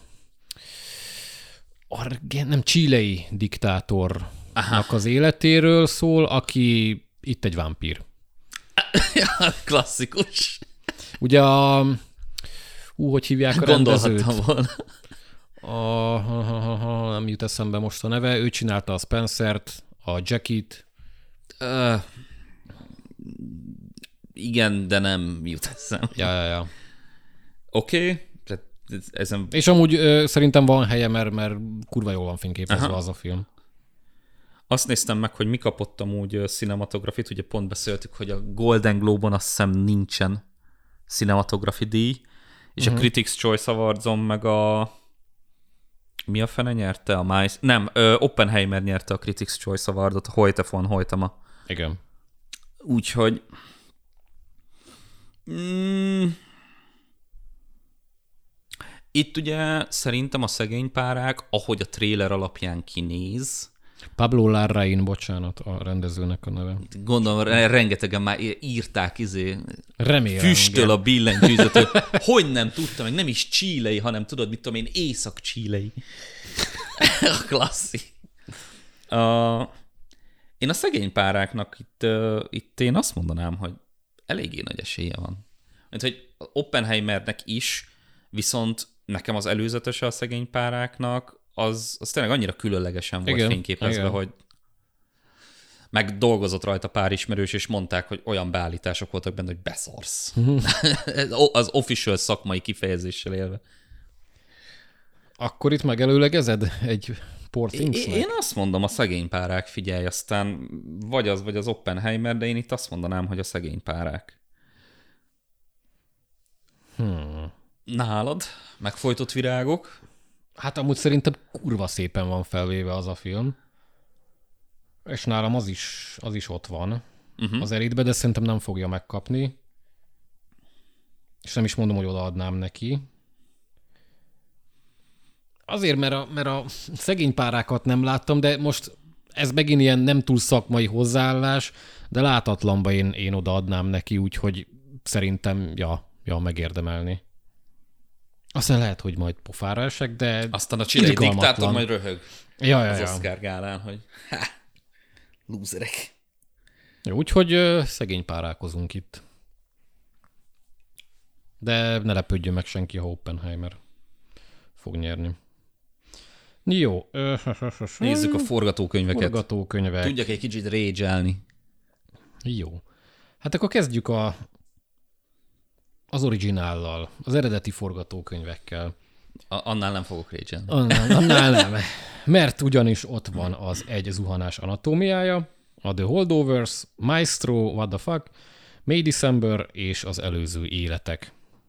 a nem chilei diktátornak Aha. az életéről szól, aki itt egy vámpír. Klasszikus. Ugye a... Ú, hogy hívják a rendezőt? Gondolhattam volna. A, ha, ha, ha, nem jut eszembe most a neve. Ő csinálta a Spencert, a Jackie-t. Uh, igen, de nem jut eszembe. Ja, ja, ja. Oké. Okay. Ezen... És amúgy ö, szerintem van helye, mert, mert kurva jól van fényképezve Aha. az a film. Azt néztem meg, hogy mi kapott amúgy cinematografit. Ugye pont beszéltük, hogy a Golden Globe-on azt hiszem nincsen cinematografi díj, és uh-huh. a Critics' Choice Awards-on meg a... Mi a fene nyerte? A Mais... Nem, ö, Oppenheimer nyerte a Critics' Choice Awardot, a Heute von Hoytema. Igen. Úgyhogy... Mm... Itt ugye szerintem a Szegény párák, ahogy a trailer alapján kinéz... Pablo Larraín, bocsánat, a rendezőnek a neve. Gondolom, rengetegen már írták izé... Remélem. Füstöl a billentyűzető. Hogy nem tudtam, meg nem is chilei, hanem tudod, mit tudom én, észak-chilei. A klasszi. Uh, én a Szegény páráknak itt, uh, itt én azt mondanám, hogy eléggé nagy esélye van. Mint hogy Oppenheimernek is, viszont nekem az előzetese a Szegény páráknak az, az tényleg annyira különlegesen volt igen, fényképezve, igen. hogy meg dolgozott rajta pár ismerős, és mondták, hogy olyan beállítások voltak benne, hogy beszarsz. Az official szakmai kifejezéssel élve. Akkor itt megelőlegezed egy Poor Things-nek? Én azt mondom, a szegény párák, figyelj, aztán vagy az, vagy az Oppenheimer, de én itt azt mondanám, hogy a szegény párák. Hmm. Nálad? Megfojtott virágok? Hát amúgy szerintem kurva szépen van felvéve az a film. És nálam az is, az is ott van uh-huh. az elitbe, de szerintem nem fogja megkapni. És nem is mondom, hogy odaadnám neki. Azért, mert a, mert a szegény párákat nem láttam, de most ez megint ilyen nem túl szakmai hozzáállás, de látatlanba én, én odaadnám neki, úgyhogy szerintem, ja, ja megérdemelni. Aztán lehet, hogy majd pofára esek, de aztán a csilei diktátor majd röhög ja, ja, az ja. Oscar gálán, hogy ha, lúzerek. Jó, úgyhogy ö, szegény párálkozunk itt. De ne lepődjön meg senki, ha Oppenheimer fog nyerni. Jó. Nézzük a forgatókönyveket. Forgatókönyvek. Tudjak egy kicsit rage-elni. Jó. Hát akkor kezdjük a, az originállal, az eredeti forgatókönyvekkel. A, annál nem fogok rage-elni. Annál, annál nem. Mert ugyanis ott van az Egy zuhanás anatómiája, a The Holdovers, Maestro, What the Fuck, May December és az előző életek.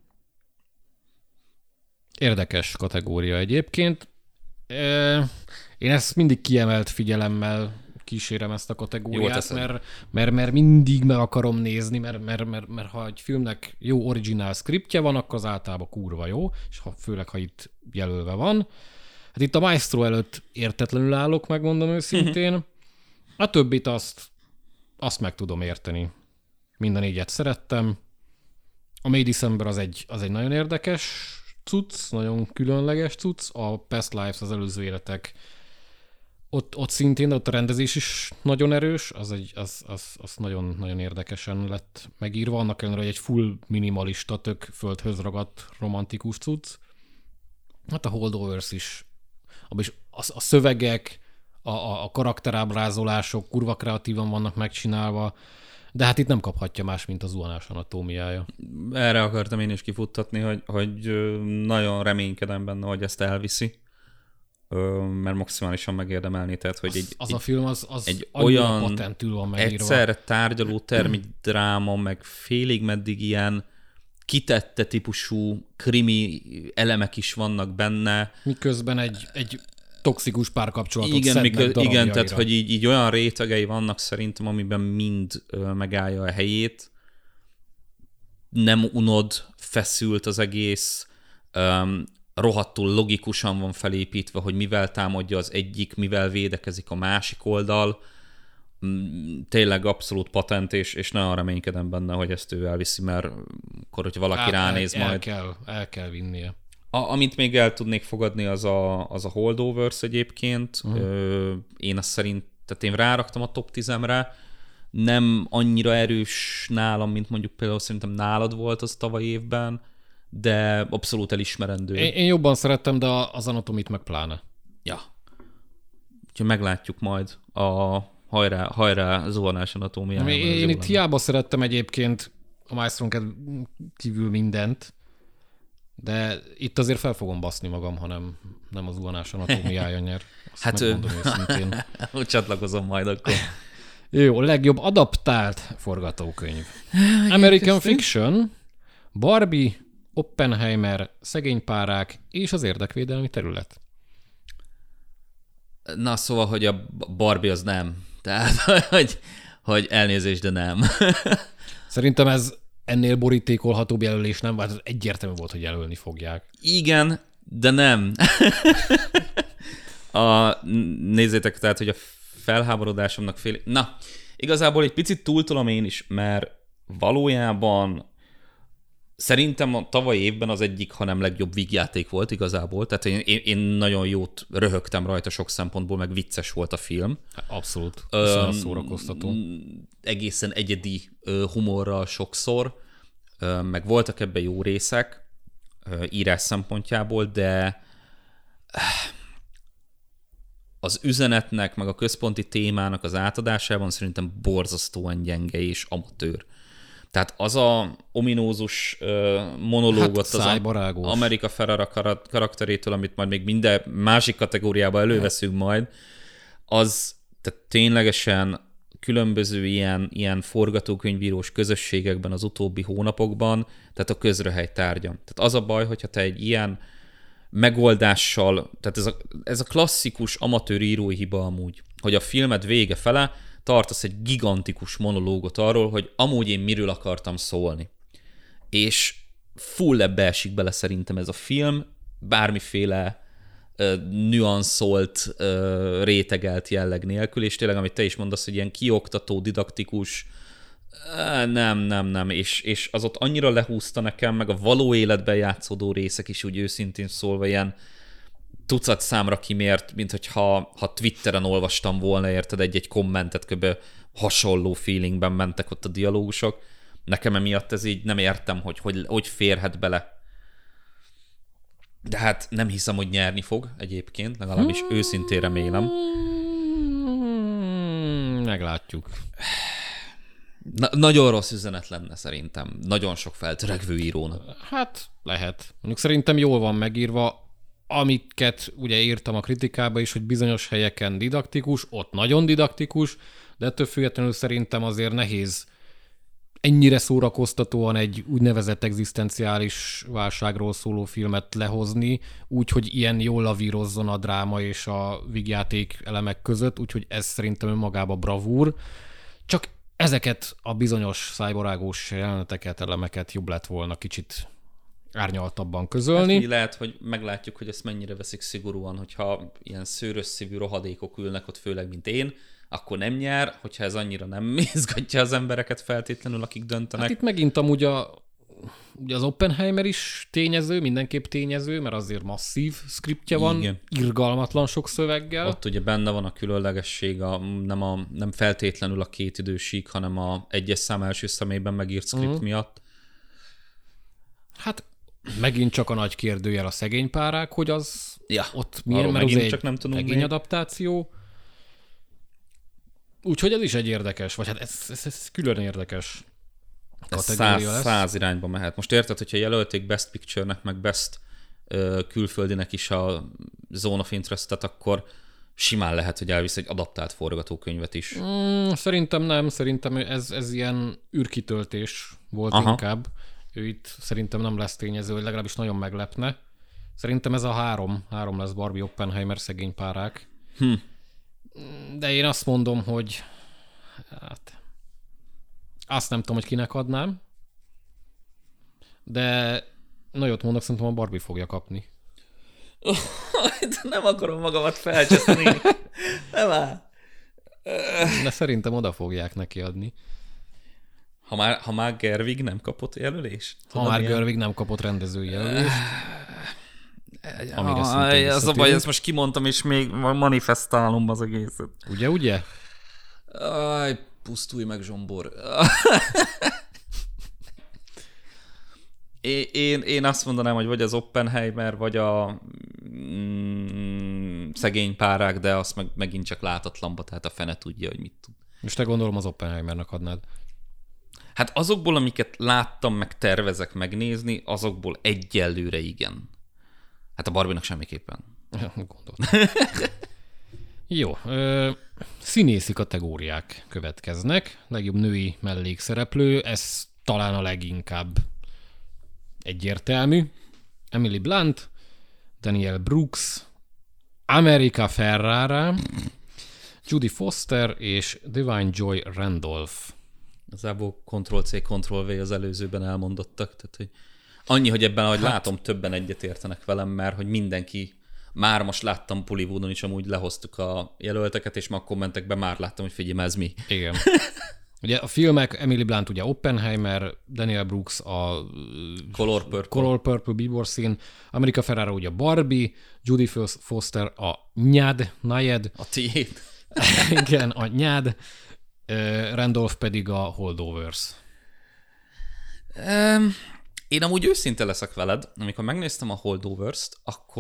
Érdekes kategória egyébként. Én ezt mindig kiemelt figyelemmel kísérem ezt a kategóriát, mert, mert, mert mindig meg akarom nézni, mert, mert, mert, mert ha egy filmnek jó originál scriptje van, akkor az általában kurva jó, és ha, főleg, ha itt jelölve van. Hát itt a Maestro előtt értetlenül állok, megmondom őszintén. A többit azt, azt meg tudom érteni. Mind a négyet szerettem. A May December az egy, az egy nagyon érdekes cucc, nagyon különleges cucc. A Past Lives, az előző életek, ott, ott szintén, ott a rendezés is nagyon erős, az, egy, az, az, az nagyon, nagyon érdekesen lett megírva, annak ellenére, hogy egy full minimalista, tök földhöz ragadt romantikus cucc. Hát a Holdovers is, abban is a, a szövegek, a, a, a karakterábrázolások kurva kreatívan vannak megcsinálva, de hát itt nem kaphatja más, mint a zuhanás anatómiája. Erre akartam én is kifuttatni, hogy, hogy nagyon reménykedem benne, hogy ezt elviszi, mert maximálisan megérdemelni, tehát hogy az, egy, az egy, a film az, az egy olyan patentül van megírva. Egyszerre tárgyaló termi dráma, meg félig meddig ilyen kitette típusú krimi elemek is vannak benne. Miközben egy, egy toxikus párkapcsolatot igen, szednek mikor, igen, tehát darabjaira. hogy így, így olyan rétegei vannak szerintem, amiben mind ö, megállja a helyét. Nem unod, feszült az egész, öm, rohadtul logikusan van felépítve, hogy mivel támadja az egyik, mivel védekezik a másik oldal. Tényleg abszolút patent, és, és nagyon reménykedem benne, hogy ezt ő elviszi, mert akkor, hogyha valaki hát, ránéz el, el majd. Kell, el kell vinnie. A, amit még el tudnék fogadni, az a, az a Holdovers egyébként. Uh-huh. Ö, én azt szerint, tehát én ráraktam a top tízemre, nem annyira erős nálam, mint mondjuk például szerintem nálad volt az tavaly évben, de abszolút elismerendő. Én, én jobban szerettem, de az anatomit meg pláne. Ja. Úgyhogy meglátjuk majd a hajrá, hajrá zuhanás anatómiájában. Én, én itt hiába szerettem egyébként a Maestron kívül mindent, de itt azért fel fogom baszni magam, ha nem, nem az zuhanás anatómiája nyer. Azt hát megmondom őszintén. Úgy csatlakozom majd akkor. Jó, legjobb adaptált forgatókönyv. American Fiction, Barbie, Oppenheimer, Szegény párák és az érdekvédelmi terület. Na, szóval, hogy a Barbie az nem. Tehát, hogy, hogy elnézést, de nem. Szerintem ez ennél borítékolhatóbb jelölés nem volt, egyértelmű volt, hogy jelölni fogják. Igen, de nem. a, nézzétek, tehát, hogy a felháborodásomnak fél... Na, igazából egy picit túltolom én is, mert valójában szerintem a tavalyi évben az egyik, hanem legjobb vígjáték volt igazából, tehát én, én nagyon jót röhögtem rajta sok szempontból, meg vicces volt a film. Abszolút, viszonylag szórakoztató. Egészen egyedi humorral sokszor, meg voltak ebben jó részek írás szempontjából, de az üzenetnek, meg a központi témának az átadásában szerintem borzasztóan gyenge és amatőr. Tehát az a ominózus uh, monológot hát az Amerika Ferrara karakterétől, amit majd még minden másik kategóriában előveszünk majd, az tehát ténylegesen különböző ilyen, ilyen forgatókönyvírós közösségekben az utóbbi hónapokban, tehát a közröhely tárgya. Tehát az a baj, hogyha te egy ilyen megoldással, tehát ez a, ez a klasszikus amatőr írói hiba amúgy, hogy a filmed vége fele tartasz egy gigantikus monológot arról, hogy amúgy én miről akartam szólni. És full ebbe esik bele szerintem ez a film, bármiféle uh, nüanszolt, uh, rétegelt jelleg nélkül, és tényleg, amit te is mondasz, hogy ilyen kioktató, didaktikus, uh, nem, nem, nem, és, és az ott annyira lehúzta nekem, meg a való életben játszódó részek is úgy őszintén szólva ilyen tucat számra kimért, mint hogyha ha Twitteren olvastam volna, érted, egy-egy kommentet, kb. Hasonló feelingben mentek ott a dialógusok. Nekem emiatt ez így nem értem, hogy hogy, hogy férhet bele. De hát nem hiszem, hogy nyerni fog egyébként, legalábbis hmm. őszintén remélem. Meglátjuk. Na, nagyon rossz üzenet lenne szerintem. Nagyon sok feltörekvő írónak. Hát lehet. Mondjuk szerintem jól van megírva, amiket ugye írtam a kritikába is, hogy bizonyos helyeken didaktikus, ott nagyon didaktikus, de ettől függetlenül szerintem azért nehéz ennyire szórakoztatóan egy úgynevezett egzisztenciális válságról szóló filmet lehozni, úgyhogy ilyen jól lavírozzon a dráma és a vígjáték elemek között, úgyhogy ez szerintem önmagában bravúr. Csak ezeket a bizonyos szájbarágós jeleneteket, elemeket jobb lett volna kicsit árnyaltabban közölni. Hát, lehet, hogy meglátjuk, hogy ezt mennyire veszik szigorúan, hogyha ilyen szőrös szívű rohadékok ülnek ott, főleg, mint én, akkor nem nyer, hogyha ez annyira nem izgatja az embereket feltétlenül, akik döntenek. Hát itt megint amúgy a, ugye az Oppenheimer is tényező, mindenképp tényező, mert azért masszív szkriptje van, igen. Irgalmatlan sok szöveggel. Ott ugye benne van a különlegesség, a, nem, a, nem feltétlenül a két idősík, hanem a egyes szám első személyben megírt szkript uh-huh. miatt. Hát megint csak a nagy kérdőjel a szegény párák, hogy az ja, ott milyen, mert az egy nem regény adaptáció. Úgyhogy ez is egy érdekes, vagy hát ez, ez, ez külön érdekes kategória száz, lesz. Száz irányba mehet. Most érted, hogyha jelölték Best Picture-nek, meg Best uh, külföldinek is a Zone of Interest-et, akkor simán lehet, hogy elvisz egy adaptált forgatókönyvet is. Mm, szerintem nem, szerintem ez, ez ilyen űrkitöltés volt Aha. inkább. Ő itt szerintem nem lesz tényező, legalábbis nagyon meglepne. Szerintem ez a három, három lesz Barbie, Oppenheimer, szegény párák. Hm. De én azt mondom, hogy hát, azt nem tudom, hogy kinek adnám, de nagyot mondok, szerintem a Barbie fogja kapni. Nem akarom magamat felcseszni. Nem áll. De szerintem oda fogják neki adni. Ha már, ha már Gerwig nem kapott jelölést? Ha már ilyen... Gerwig nem kapott rendezői jelölést. Amire ah, az a baj, ezt most kimondtam, és még manifestálom az egészet. Ugye, ugye? Aj, pusztulj meg, Zsombor. én, én, én azt mondanám, hogy vagy az Oppenheimer, vagy a mm, szegény párák, de azt meg, megint csak látatlanba, tehát a fene tudja, hogy mit tud. Most te gondolom az Oppenheimernek adnád. Hát azokból, amiket láttam, meg tervezek megnézni, azokból egyelőre igen. Hát a Barbie-nak semmiképpen. Gondoltam. Jó. Ö, színészi kategóriák következnek. Legjobb női mellékszereplő. Ez talán a leginkább egyértelmű. Emily Blunt, Danielle Brooks, America Ferrara, Judy Foster és Divine Joy Randolph. Igazából Ctrl-C, Ctrl-V az előzőben elmondottak, tehát hogy annyi, hogy ebben, ahogy hát... látom, többen egyetértenek velem, mert hogy mindenki, már most láttam Hollywoodon is, amúgy lehoztuk a jelölteket, és ma a kommentekben már láttam, hogy figyelj, ez mi. Igen. Ugye a filmek, Emily Blunt ugye Oppenheimer, Danielle Brooks a Color Purple, Color Purple Bieber Scene, America Ferrara ugye Barbie, Judy Foster a Nyád, Nyad. A tiéd. Igen, a Nyád, Randolph pedig a Holdovers. Um... Én amúgy őszinte leszek veled, amikor megnéztem a Holdovers-t, akkor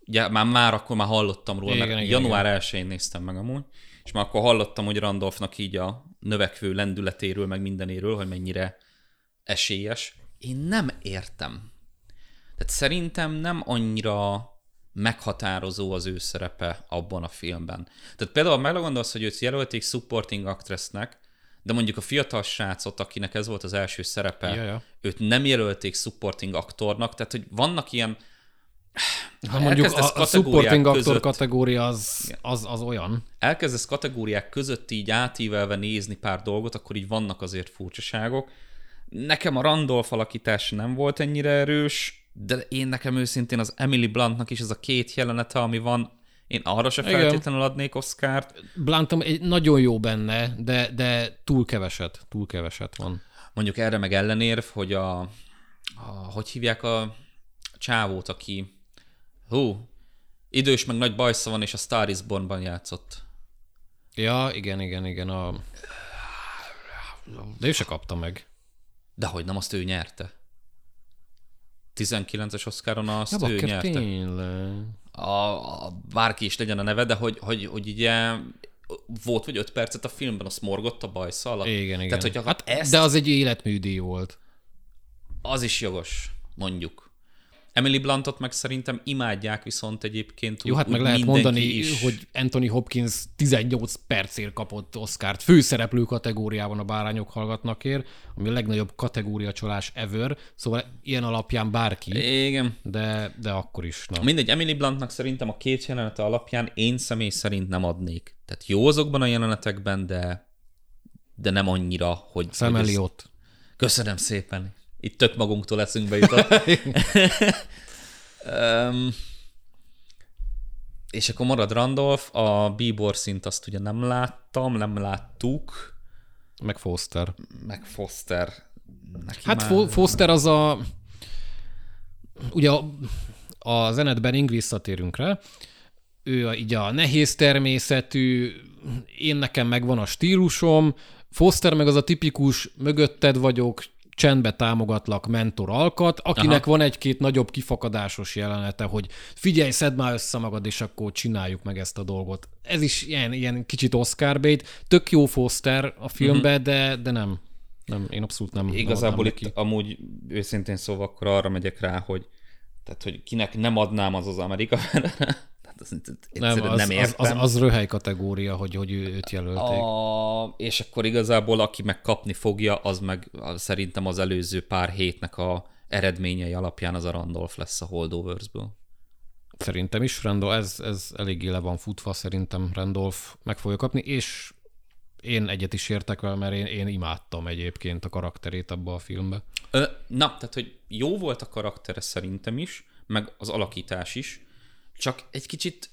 ugye már, már akkor már hallottam róla, igen, mert igen, január igen. elsején néztem meg amúgy, és már akkor hallottam, hogy Randolphnak így a növekvő lendületéről, meg mindenéről, hogy mennyire esélyes. Én nem értem. Tehát szerintem nem annyira meghatározó az ő szerepe abban a filmben. Tehát például meggondolsz, hogy őt jelölték supporting actressnek, de mondjuk a fiatal srácot, akinek ez volt az első szerepe, Ja, ja. őt nem jelölték supporting aktornak, tehát hogy vannak ilyen... Ha mondjuk a, a supporting között, aktor kategória az, az, az olyan. Elkezdesz kategóriák között így átívelve nézni pár dolgot, akkor így vannak azért furcsaságok. Nekem a Randolph alakítás nem volt ennyire erős, de én nekem őszintén az Emily Bluntnak is ez a két jelenete, ami van, én arra se feltétlenül adnék Oscart. Blunt egy nagyon jó benne, de, de túl keveset, túl keveset van. Mondjuk erre meg ellenérv, hogy a, a hogy hívják a csávót, aki hú, idős meg nagy bajsza van, és a Star is Born-ban játszott. Ja, igen, igen, igen. A... De ő se kapta meg. Dehogy nem, azt ő nyerte. tizenkilences Oscaron azt ja, ő nyerte. Tényleg. A, a, bárki is legyen a neve, de hogy, hogy, hogy ugye volt vagy öt percet a filmben, azt morgott a bajsza alatt. Igen, igen. Tehát, hogy hát, ezt... De az egy életműdíj volt. Az is jogos, mondjuk. Emily Bluntot meg szerintem imádják viszont egyébként. Jó, úgy, hát meg úgy lehet mondani, is. hogy Anthony Hopkins tizennyolc percért kapott Oscart főszereplő kategóriában a Bárányok hallgatnakért, ami a legnagyobb kategóriacsalás ever, szóval ilyen alapján bárki, Igen. de, de akkor is. Na. Mindegy, Emily Bluntnak szerintem a két jelenete alapján én személy szerint nem adnék. Tehát jó azokban a jelenetekben, de, de nem annyira, hogy... Sam Elliott. Köszönöm szépen. Itt tök magunktól eszünkbe jutott. um, és akkor marad Randolph, a Bieber szint azt ugye nem láttam, nem láttuk. Meg Foster. Meg Foster. Neki hát már... Foster az a... Ugye a, a Zenett Benning, visszatérünk rá, ő a, így a nehéz természetű, én nekem megvan a stílusom, Foster meg az a tipikus, mögötted vagyok, csendbe támogatlak mentor alkat, akinek Aha. van egy-két nagyobb kifakadásos jelenete, hogy figyelj, szedd már össze magad, és akkor csináljuk meg ezt a dolgot. Ez is ilyen, ilyen kicsit Oscar bait. Tök jó Foster a filmben, uh-huh. de, de nem. nem. Én abszolút nem. Igazából nem itt neki. Amúgy őszintén szóval akkor arra megyek rá, hogy tehát, hogy kinek nem adnám az az Amerika. Az, nem, az, nem értem. Az, az, az röhely kategória, hogy, hogy őt jelölték. A, és akkor igazából aki meg kapni fogja, az meg szerintem az előző pár hétnek a eredményei alapján az a Randolph lesz a Holdoversből. Szerintem is Randolph, ez, ez eléggé le van futva, szerintem Randolph meg fogja kapni, és én egyet is értek vele, mert én, én imádtam egyébként a karakterét abba a filmbe. Ö, na, tehát, hogy jó volt a karaktere szerintem is, meg az alakítás is, csak egy kicsit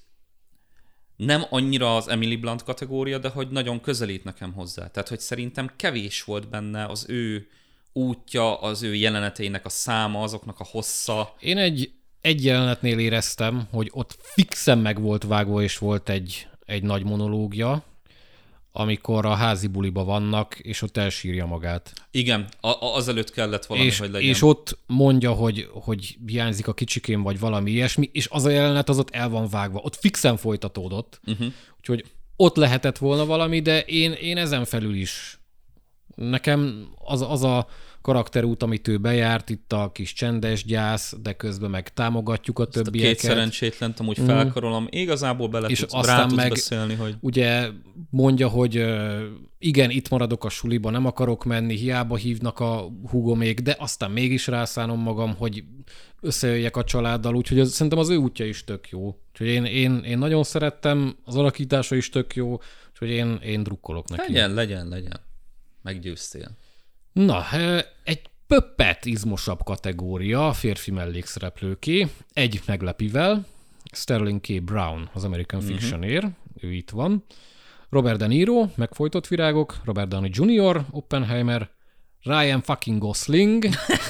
nem annyira az Emily Blunt kategória, de hogy nagyon közelít nekem hozzá. Tehát, hogy szerintem kevés volt benne az ő útja, az ő jeleneteinek a száma, azoknak a hossza. Én egy, egy jelenetnél éreztem, hogy ott fixen meg volt vágva, és volt egy, egy nagy monológia, amikor a házi buliba vannak, és ott elsírja magát. Igen, a, a, azelőtt kellett valami, és, hogy legyen. És ott mondja, hogy, hogy hiányzik a kicsikém, vagy valami ilyesmi, és az a jelenet az ott el van vágva. Ott fixen folytatódott. Uh-huh. Úgyhogy ott lehetett volna valami, de én, én ezen felül is. Nekem az, az a karakterút, amit ő bejárt, itt a kis csendes gyász, de közben meg támogatjuk a többieket. Két szerencsétlent amúgy felkarolom, igazából bele és tudsz, aztán rá tudsz meg beszélni, hogy... ugye mondja, hogy igen, itt maradok a suliba, nem akarok menni, hiába hívnak a húgomék, de aztán mégis rászánom magam, hogy összejöjjek a családdal, úgyhogy az, szerintem az ő útja is tök jó. Úgyhogy én, én, én nagyon szerettem, az alakítása is tök jó, úgyhogy én, én drukkolok neki. Legyen, legyen, legyen. Meggyőztél. Na, egy pöppet izmosabb kategória, a férfi mellékszereplőké, egy meglepivel, Sterling K. Brown az American uh-huh. Fiction-ér, ő itt van, Robert De Niro, Megfojtott virágok, Robert Downey junior, Oppenheimer, Ryan fucking Gosling.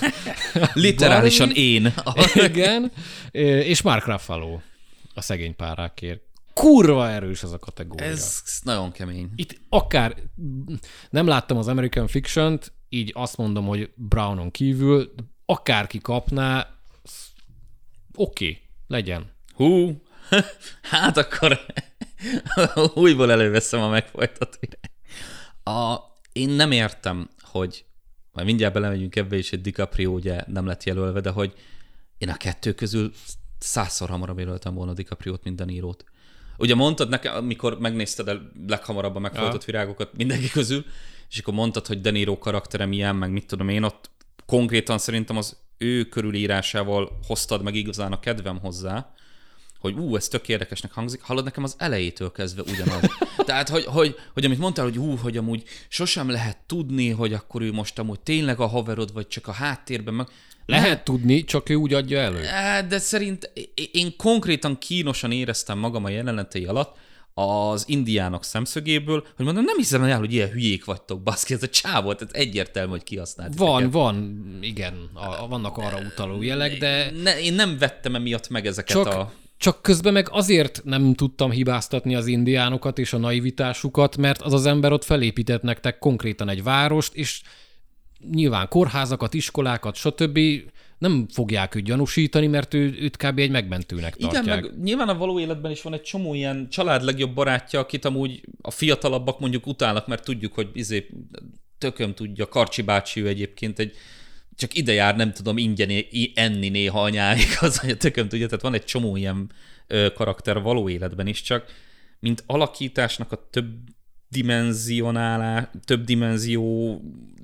Literálisan én. Igen, és Mark Ruffalo a Szegény párákért. Kurva erős ez a kategória. Ez nagyon kemény. Itt akár nem láttam az American Fiction-t, így azt mondom, hogy Brownon kívül akárki kapná, oké, okay, legyen. Hú, hát akkor újból előveszem a megfojtott virág. A, én nem értem, hogy majd mindjárt belemegyünk ebbe is, hogy DiCaprio ugye nem lett jelölve, de hogy én a kettő közül százszor hamarabb jelöltem volna DiCapriót, mint De Nirót. Ugye mondtad nekem, amikor megnézted a leghamarabb a megfojtott ja. virágokat mindenki közül, és akkor mondtad, hogy De Niro karaktere milyen, meg mit tudom én, ott konkrétan szerintem az ő körülírásával hoztad meg igazán a kedvem hozzá, hogy ú, ez tök érdekesnek hangzik, hallod, nekem az elejétől kezdve ugyanaz. Tehát, hogy, hogy, hogy amit mondtál, hogy ú, hogy amúgy sosem lehet tudni, hogy akkor ő most amúgy tényleg a haverod, vagy csak a háttérben meg... Lehet ne, tudni, csak ő úgy adja elő. De szerint én konkrétan kínosan éreztem magam a jelenetei alatt az indiánok szemszögéből, hogy mondom, nem hiszem el, hogy ilyen hülyék vagytok, baszki, ez a csávó, ez egyértelmű, hogy kihasznált. Van, teket. van, igen, a, vannak arra utaló jelek, de... Ne, én nem vettem emiatt meg ezeket csak... a... Csak közben meg azért nem tudtam hibáztatni az indiánokat és a naivitásukat, mert az az ember ott felépített nektek konkrétan egy várost, és nyilván kórházakat, iskolákat, stb. Nem fogják őt gyanúsítani, mert ő, őt kb. Egy megmentőnek tartják. Igen, meg nyilván a való életben is van egy csomó ilyen család legjobb barátja, akit amúgy a fiatalabbak mondjuk utálnak, mert tudjuk, hogy izé, tököm tudja, Karcsi bácsi ő egyébként egy csak ide jár, nem tudom, ingyen enni néha anyáig, az, hogy a tököm tudja, tehát van egy csomó ilyen ö, karakter való életben is, csak mint alakításnak a több dimenzionálás, több dimenzióval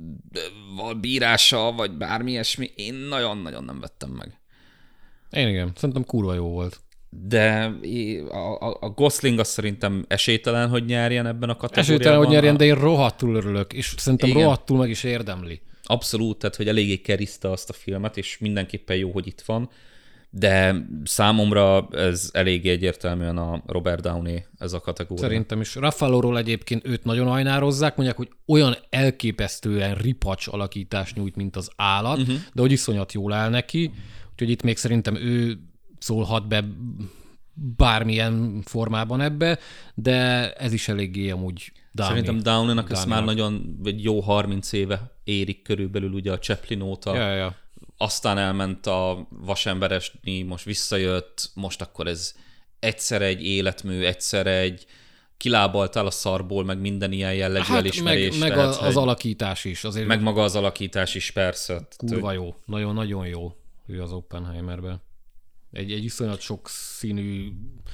bírása, vagy bármi ilyesmi, én nagyon-nagyon nem vettem meg. Én igen, szerintem kurva jó volt. De a, a, a Gosling azt szerintem esélytelen, hogy nyerjen ebben a kategóriában. Esélytelen, hogy nyerjen, de én rohadtul örülök, és szerintem igen. rohadtul meg is érdemli. Abszolút, tehát hogy eléggé keriszte azt a filmet, és mindenképpen jó, hogy itt van, de számomra ez eléggé egyértelműen a Robert Downey ez a kategória. Szerintem is. Ruffalo-ról egyébként őt nagyon ajnározzák, mondják, hogy olyan elképesztően ripacs alakítást nyújt, mint az állat, uh-huh. de hogy iszonyat jól áll neki, úgyhogy itt még szerintem ő szólhat be bármilyen formában ebbe, de ez is eléggé amúgy Downey. Szerintem Downey-nak ezt már nagyon egy jó harminc éve érik körülbelül ugye a Chaplin óta. Ja, ja. Aztán elment a Vasemberesni, most visszajött, most akkor ez egyszer egy életmű, egyszer egy kilábaltál a szarból, meg minden ilyen jellegű hát elismerés. Meg, meg lehet, az, az alakítás is. Azért meg maga az alakítás is, persze. Kurva jó. Nagyon-nagyon jó ő az Oppenheimerben. Egy, egy iszonyat sok színű...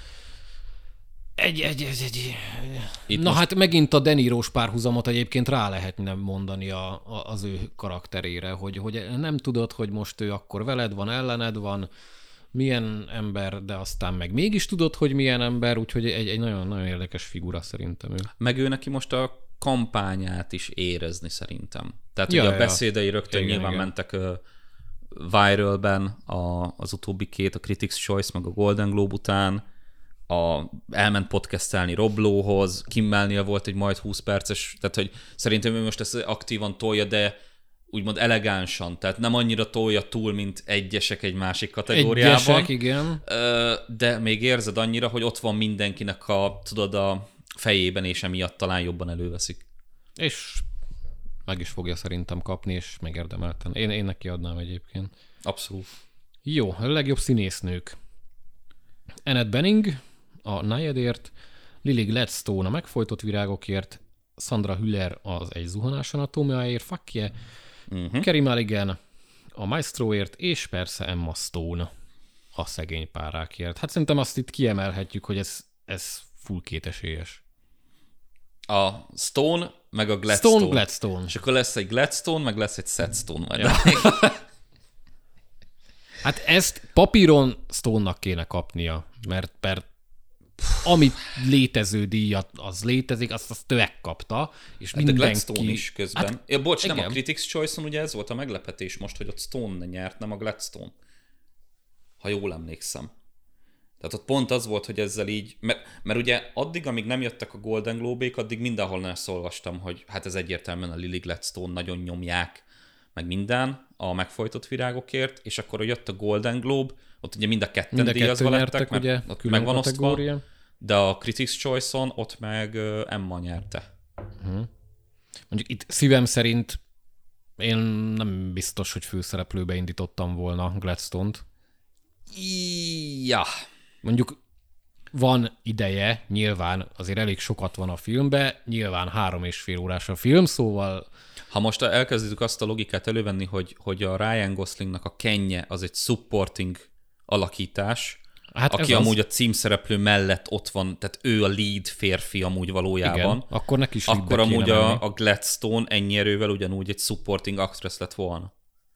Egy, egy, egy, egy... Itt Na most... hát megint a De Niro-s párhuzamot egyébként rá lehetne mondani a, a, az ő karakterére, hogy, hogy nem tudod, hogy most ő akkor veled van, ellened van, milyen ember, de aztán meg mégis tudod, hogy milyen ember, úgyhogy egy, egy nagyon-nagyon érdekes figura szerintem ő. Meg ő neki most a kampányát is érezni szerintem. Tehát ja, ugye ja. a beszédei rögtön igen, nyilván igen. mentek uh, viralben a, az utóbbi két, a Critics' Choice, meg a Golden Globe után, a, elment podcastelni Rob Lowe-hoz, Kimmelnél volt egy majd húsz perces, tehát hogy szerintem ő most ezt aktívan tolja, de úgymond elegánsan, tehát nem annyira tolja túl, mint egyesek egy másik kategóriában. Egyesek, igen. De még érzed annyira, hogy ott van mindenkinek a, tudod, a fejében, és emiatt talán jobban előveszik. És meg is fogja szerintem kapni, és megérdemelten. Én, én neki adnám egyébként. Abszolút. Jó, a legjobb színésznők. Annette Bening a Nayadért, Lily Gladstone a Megfojtott virágokért, Sandra Hüller az Egy zuhanás anatómiáért, fuck yeah, uh-huh. Carey Mulligan a Maestroért, és persze Emma Stone a Szegény párákért. Hát szerintem azt itt kiemelhetjük, hogy ez, ez full kétesélyes. A Stone, meg a Gladstone. Stone, Gladstone. És akkor lesz egy Gladstone, meg lesz egy Seth Stone. Majd ja. Hát ezt papíron Stone-nak kéne kapnia, mert, mert ami létező díjat, az létezik, azt, azt ő megkapta, és hát mindenki... a Gladstone is közben. Hát, ja, bocs, igen. Nem a Critics' Choice-on, ugye ez volt a meglepetés most, hogy ott Stone nyert, nem a Gladstone. Ha jól emlékszem. Tehát ott pont az volt, hogy ezzel így... Mert, mert ugye addig, amíg nem jöttek a Golden Globe-ék, addig mindenhol ezt olvastam, hogy hát ez egyértelműen a Lily Gladstone, nagyon nyomják, meg minden a Megfojtott virágokért, és akkor jött a Golden Globe, ott ugye mind a ketten mind a díjazva kettő lettek, mert ugye, ott meg van osztva, de a Critics' Choice-on ott meg Emma nyerte. Uh-huh. Mondjuk itt szívem szerint én nem biztos, hogy főszereplőbe indítottam volna Gladstone-t. Ja. mondjuk van ideje, nyilván azért elég sokat van a filmbe, nyilván három és fél órás a film, szóval... Ha most elkezdjük azt a logikát elővenni, hogy, hogy a Ryan Goslingnak a Kenje az egy supporting alakítás, hát aki amúgy az... a címszereplő mellett ott van, tehát ő a lead férfi amúgy valójában. Igen, akkor neki is akkor amúgy a, a Gladstone ennyi erővel ugyanúgy egy supporting actress lett volna.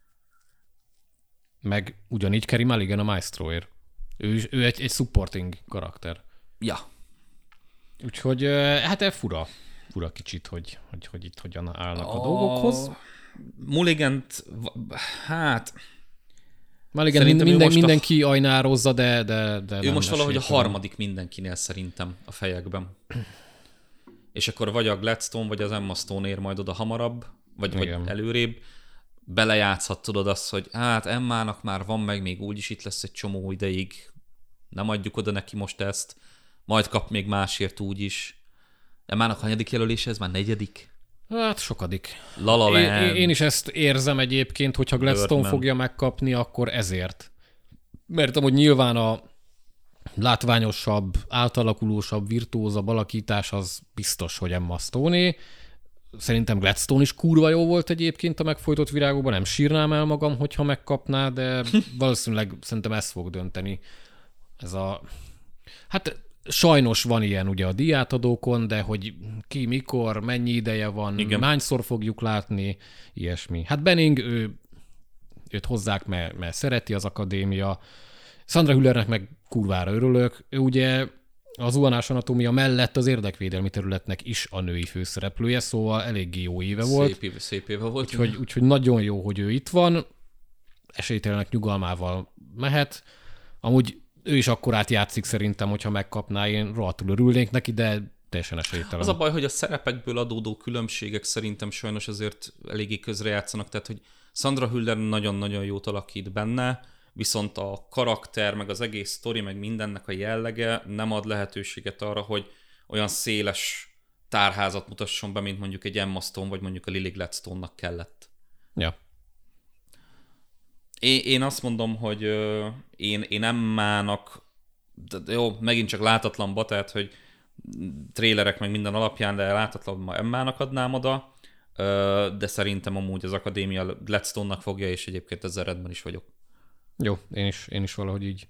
Meg ugyanígy Carey Mulligan a Maestroért. Ő, ő egy, egy supporting karakter. Ja. Úgyhogy hát fura. Fura kicsit, hogy, hogy, hogy itt hogyan állnak a, a dolgokhoz. Mulligant, hát... Mulligan minden, minden, mindenki a... ajnározza, de, de, de ő most valahogy a harmadik mindenkinél szerintem a fejekben. És akkor vagy a Gladstone, vagy az Emma Stone ér majd oda hamarabb, vagy, vagy előrébb. Belejátszhat, tudod azt, hogy hát Emmának már van meg, még úgyis itt lesz egy csomó ideig. Nem adjuk oda neki most ezt. Majd kap még másért úgyis. Emmának hanyadik jelölése, ez már negyedik? Hát sokadik. La La Land. Én, én is ezt érzem egyébként, hogyha Gladstone Birdman. fogja megkapni, akkor ezért. Mert amúgy nyilván a látványosabb, átalakulósabb, virtuózabb alakítás az biztos, hogy Emma Stone-é. Szerintem Gladstone is kurva jó volt egyébként a Megfojtott virágokban, nem sírnám el magam, hogyha megkapná, de valószínűleg szerintem ez fog dönteni. Ez a... Hát sajnos van ilyen ugye a díjátadókon, de hogy ki, mikor, mennyi ideje van, igen. Hányszor fogjuk látni, ilyesmi. Hát Benning, ő, őt hozzák, mert, mert szereti az akadémia. Sandra Hüllernek meg kurvára örülök. Ő ugye az Zuhanás anatómia mellett az érdekvédelmi területnek is a női főszereplője, szóval eléggé jó éve volt. Szép éve, szép éve volt. Úgyhogy, úgyhogy nagyon jó, hogy ő itt van. Esélytelenek nyugalmával mehet. Amúgy ő is akkorát játszik szerintem, hogyha megkapná, én rohadtul örülnék neki, de teljesen esélytelen. Az a baj, hogy a szerepekből adódó különbségek szerintem sajnos azért eléggé közrejátszanak, tehát hogy Sandra Hüller nagyon-nagyon jót alakít benne, viszont a karakter, meg az egész sztori, meg mindennek a jellege nem ad lehetőséget arra, hogy olyan széles tárházat mutasson be, mint mondjuk egy Emma Stone, vagy mondjuk a Lily Gladstone-nak kellett. Ja. Én, én azt mondom, hogy ö, én, én Emmának, de jó, megint csak látatlanba, tehát, hogy trélerek meg minden alapján, de látatlanba Emmának adnám oda, ö, de szerintem amúgy az akadémia Gladstone-nak fogja, és egyébként ezzel rendben is vagyok. Jó, én is, én is valahogy így.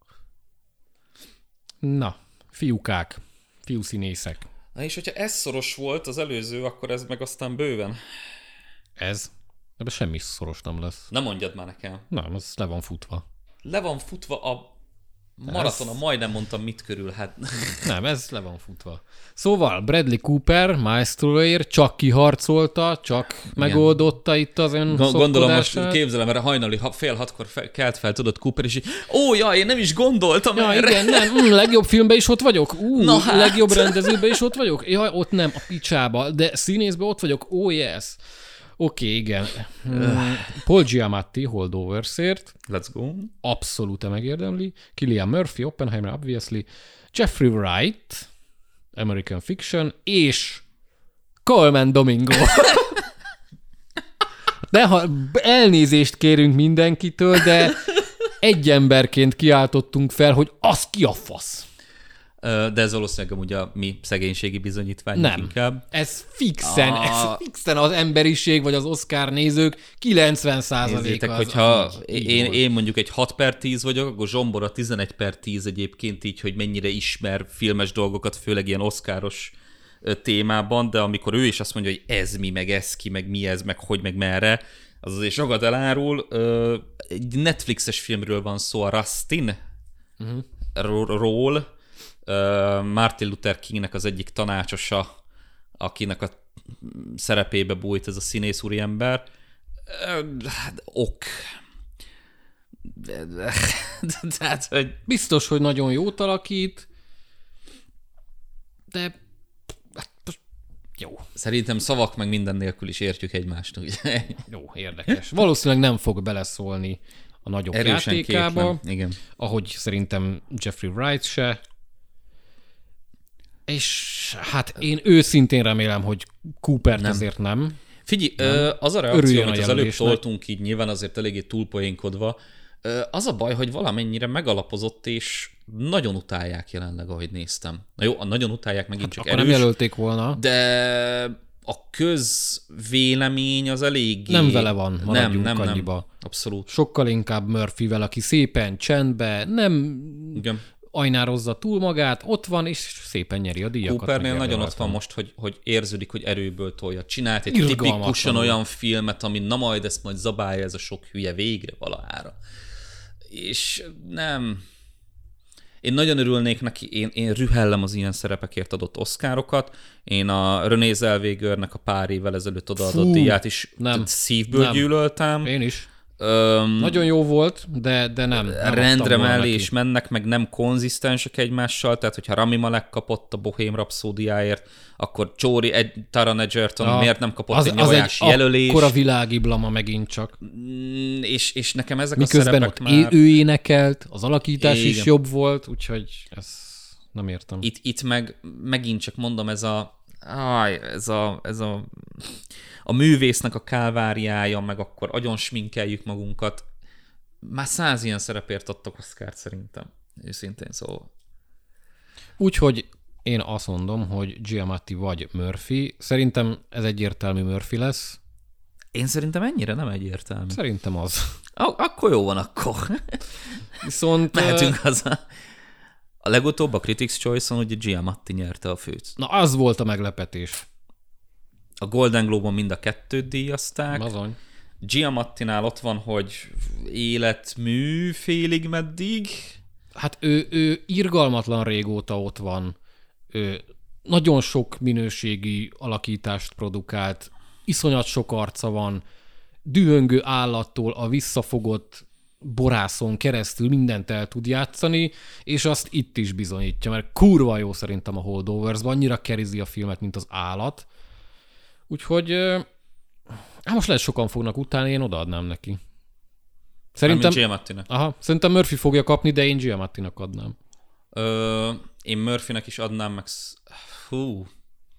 Na, fiúkák, fiúszínészek. Na és hogyha ez szoros volt az előző, akkor ez meg aztán bőven. Ez? Ebben semmi szoros nem lesz. Na mondjad már nekem. Nem, az le van futva. Le van futva a maratona, ez... majdnem mondtam mit körül, hát... Nem, ez le van futva. Szóval Bradley Cooper, Maestroért csak kiharcolta, csak igen. megoldotta itt az ön G- Gondolom most képzelem, mert a hajnali fél hatkor fel, kelt fel, tudod, Cooper, és így, ó, jaj, én nem is gondoltam ja, erre. Igen, nem, mm, legjobb filmben is ott vagyok. Ú, Na hát. Legjobb rendezőben is ott vagyok. Jaj, ott nem, a picsába, de színészben ott vagyok. Ó, oh, yes. Oké, okay, igen. Paul Giamatti Holdoversért. Let's go. Abszolút megérdemli. Cillian Murphy, Oppenheimer, obviously. Jeffrey Wright, American Fiction, és Colman Domingo. De ha elnézést kérünk mindenkitől, de egy emberként kiáltottunk fel, hogy az ki a fasz. De ez valószínűleg amúgy a mi szegénységi bizonyítvány nem. inkább. Ez fixen, a... ez fixen az emberiség, vagy az Oscar nézők kilencven százaléka az, hogyha az így, én, én mondjuk egy hat per tíz vagyok, akkor Zsombor a tizenegy per tíz egyébként így, hogy mennyire ismer filmes dolgokat, főleg ilyen oszkáros témában, de amikor ő is azt mondja, hogy ez mi, meg ez ki, meg mi ez, meg hogy, meg merre, az azért sokat elárul. Egy Netflixes filmről van szó, a Rustin uh-huh. ról, Uh, Martin Luther Kingnek az egyik tanácsosa, akinek a szerepébe bújt ez a színész úriember. Uh, ok. Tehát, hogy... Biztos, hogy nagyon jót alakít, de jó. Szerintem szavak meg minden nélkül is értjük egymást. Ugye? Jó, érdekes. Valószínűleg nem fog beleszólni a nagyobb erősen játékába, igen. Ahogy szerintem Jeffrey Wright se. És hát én őszintén remélem, hogy Coopert nem. azért nem. Figyelj, nem. az a reakció, amit az előbb toltunk így nyilván azért eléggé túlpoénkodva, Az a baj, hogy valamennyire megalapozott, és nagyon utálják jelenleg, ahogy néztem. Na jó, nagyon utálják, megint Hát csak akkor erős. nem jelölték volna. De a közvélemény az eléggé... Nem vele van, maradjunk nem, nem, annyiba. Nem, abszolút. Sokkal inkább Murphyvel, aki szépen, csendbe, nem Igen. ajnározza túl magát, ott van, és szépen nyeri a díjakat. Coopernél nagyon ott van most, hogy, hogy érződik, hogy erőből tolja. Csinált egy Irgalmatlanul. tipikusan olyan filmet, ami na majd ezt majd zabálja ez a sok hülye végre valahára. És nem... Én nagyon örülnék neki, én, én rühellem az ilyen szerepekért adott oszkárokat. Én a René Zellwegernek a pár évvel ezelőtt odaadott Fú, díját is nem, szívből nem. gyűlöltem. Én is. Öm, Nagyon jó volt, de, de nem. nem rendre mellé neki. is mennek, meg nem konzisztensek egymással, tehát hogyha Rami Malek kapott a Bohém Rhapsódiáért, akkor Csóri egy Taron Egerton Ja, miért nem kapott az, egy az óriási egy jelölés. akkora világi blama megint csak. Mm, És, és nekem ezek Miközben a szerepek ott már... ő énekelt, az alakítás Igen. is jobb volt, úgyhogy ezt nem értem. Itt, itt meg megint csak mondom, ez a, áj, ez a, ez a, a művésznek a kálváriája, meg akkor agyon sminkeljük magunkat. Már száz ilyen szerepért adtak Oscart szerintem. Őszintén szóval. Úgyhogy én azt mondom, hogy Giamatti vagy Murphy. Szerintem ez egyértelmű Murphy lesz. Én szerintem ennyire nem egyértelmű. Szerintem az. Ak- akkor jó van, akkor. Viszont... Mehetünk haza. A legutóbb a Critics' Choice-on ugye Giamatti nyerte a főt. Na, az volt a meglepetés. A Golden Globe-on mind a kettőt díjazták. Azon. Giamattinál ott van, hogy életmű félig meddig. Hát ő, ő irgalmatlan régóta ott van. Ő nagyon sok minőségi alakítást produkált, iszonyat sok arca van, dühöngő állattól a visszafogott borászon keresztül mindent el tud játszani, és azt itt is bizonyítja, mert kurva jó szerintem a Holdovers-ban, annyira kerizi a filmet, mint az állat. Úgyhogy hát most lehet sokan fognak utáni, én odaadnám neki. Szerintem, Giamattinak. aha, szerintem Murphy fogja kapni, de én Giamattinak adnám. Ö, én Murphynek is adnám meg... Hú.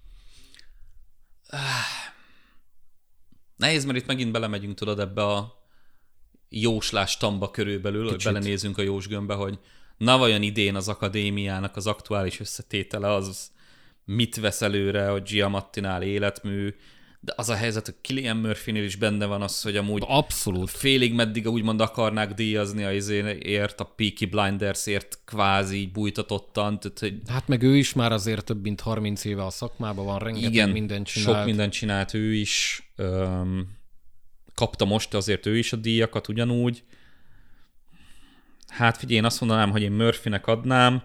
Nehéz, mert itt megint belemegyünk, tudod, ebbe a jóslás tamba körülbelül, Kicsit. Hogy belenézünk a jósgömbbe, hogy na vajon idén az akadémiának az aktuális összetétele az mit vesz előre, hogy Giamattinál életmű, de az a helyzet, hogy Cillian Murphynél is benne van az, hogy amúgy abszolút félig meddig úgymond akarnák díjazni a izéért, a Peaky Blindersért kvázi bújtatottan. Tehát, hogy hát meg ő is már azért több mint harminc éve a szakmában van, rengeteg igen, mindent csinált. sok mindent csinált ő is. Öm, kapta most azért ő is a díjakat ugyanúgy. Hát figyelj, én azt mondanám, hogy én Murphynek adnám.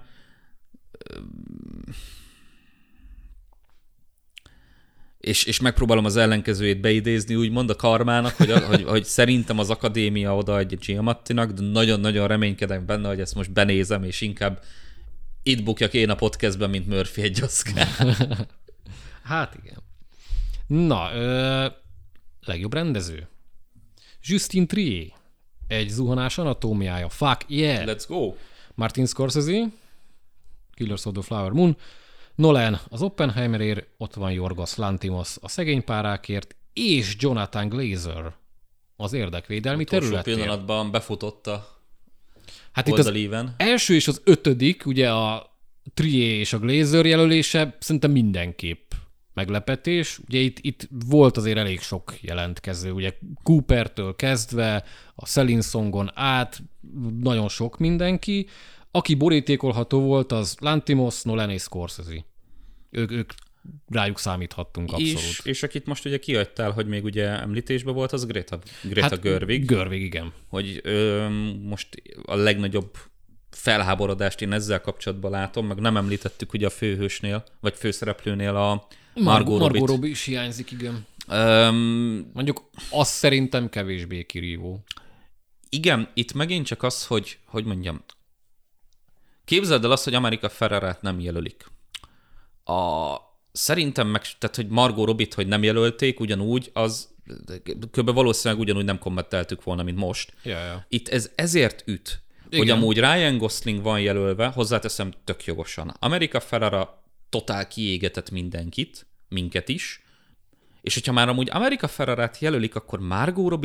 És, és megpróbálom az ellenkezőjét beidézni, úgymond a karmának, hogy, hogy, hogy szerintem az akadémia odaadja Giamattinak, de nagyon-nagyon reménykedem benne, hogy ezt most benézem, és inkább itt bukjak én a podcastben, mint Murphy egy Oscar. Hát igen. Na, ö, legjobb rendező. Justin Trier. Egy zuhanás anatómiája. Fuck yeah! Let's go! Martin Scorsese. Killers of the Flower Moon. Nolan az Oppenheimerért, ott van Yorgos Lanthimos a Szegény párákért, és Jonathan Glazer az érdekvédelmi területért. Utolsó pillanatban befutott a hát itt az oldalíven. első és az ötödik, ugye a Trier és a Glazer jelölése szerintem mindenképp meglepetés. Ugye itt, itt volt azért elég sok jelentkező, ugye Coopertől kezdve, a Celine Songon át, nagyon sok mindenki. Aki borítékolható volt, az Lanthimos, Nolan és Scorsese. Ők, ők rájuk számíthattunk abszolút. És, és akit most ugye kiadtál, hogy még ugye említésben volt, az Greta, Greta hát, Gerwig. Gerwig, igen. Hogy ö, most a legnagyobb felháborodást én ezzel kapcsolatban látom, meg nem említettük ugye a főhősnél, vagy főszereplőnél a Margot Robbie. Margot Robbie is hiányzik, igen. Um, Mondjuk azt szerintem kevésbé kirívó. Igen, itt megint csak az, hogy, hogy mondjam, képzeld el azt, hogy America Ferrerát nem jelölik. A, szerintem meg, tehát, hogy Margot Robbie-t, hogy nem jelölték, ugyanúgy, az kb. Valószínűleg ugyanúgy nem kommenteltük volna, mint most. Ja, ja. Itt ez ezért üt, igen. Hogy amúgy Ryan Gosling van jelölve, hozzáteszem tök jogosan. America Ferrera totál kiégetett mindenkit, minket is, és hogyha már amúgy America Ferrerát jelölik, akkor Margot Robbie-t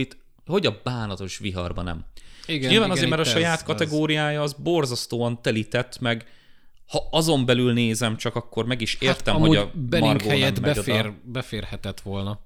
hogy a bánatos viharban nem? Igen, nyilván igen, azért, mert a itt saját ez, kategóriája az borzasztóan telített, meg ha azon belül nézem, csak akkor meg is értem, hát, hogy a Benning Margot helyett nem megy befér, oda. beférhetett volna.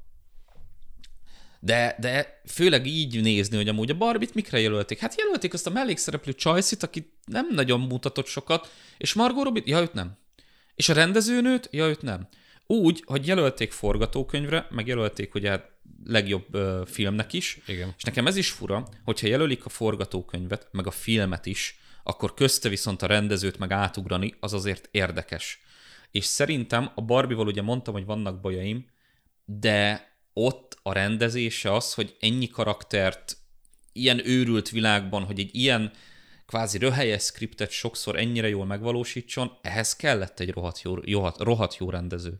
De, de főleg így nézni, hogy amúgy a Barbie-t mikre jelölték? Hát jelölték azt a mellékszereplő Joyce-it, aki nem nagyon mutatott sokat, és Margot Robbie, ja, őt nem. És a rendezőnőt, ja, őt nem. Úgy, hogy jelölték forgatókönyvre, meg jelölték ugye legjobb uh, filmnek is, Igen. és nekem ez is fura, hogyha jelölik a forgatókönyvet, meg a filmet is, akkor közte viszont a rendezőt meg átugrani, az azért érdekes. És szerintem a Barbie-val ugye mondtam, hogy vannak bajaim, de ott a rendezése az, hogy ennyi karaktert ilyen őrült világban, hogy egy ilyen kvázi röhelyes skriptet sokszor ennyire jól megvalósítson, ehhez kellett egy rohadt jó, jó, rohadt jó rendező.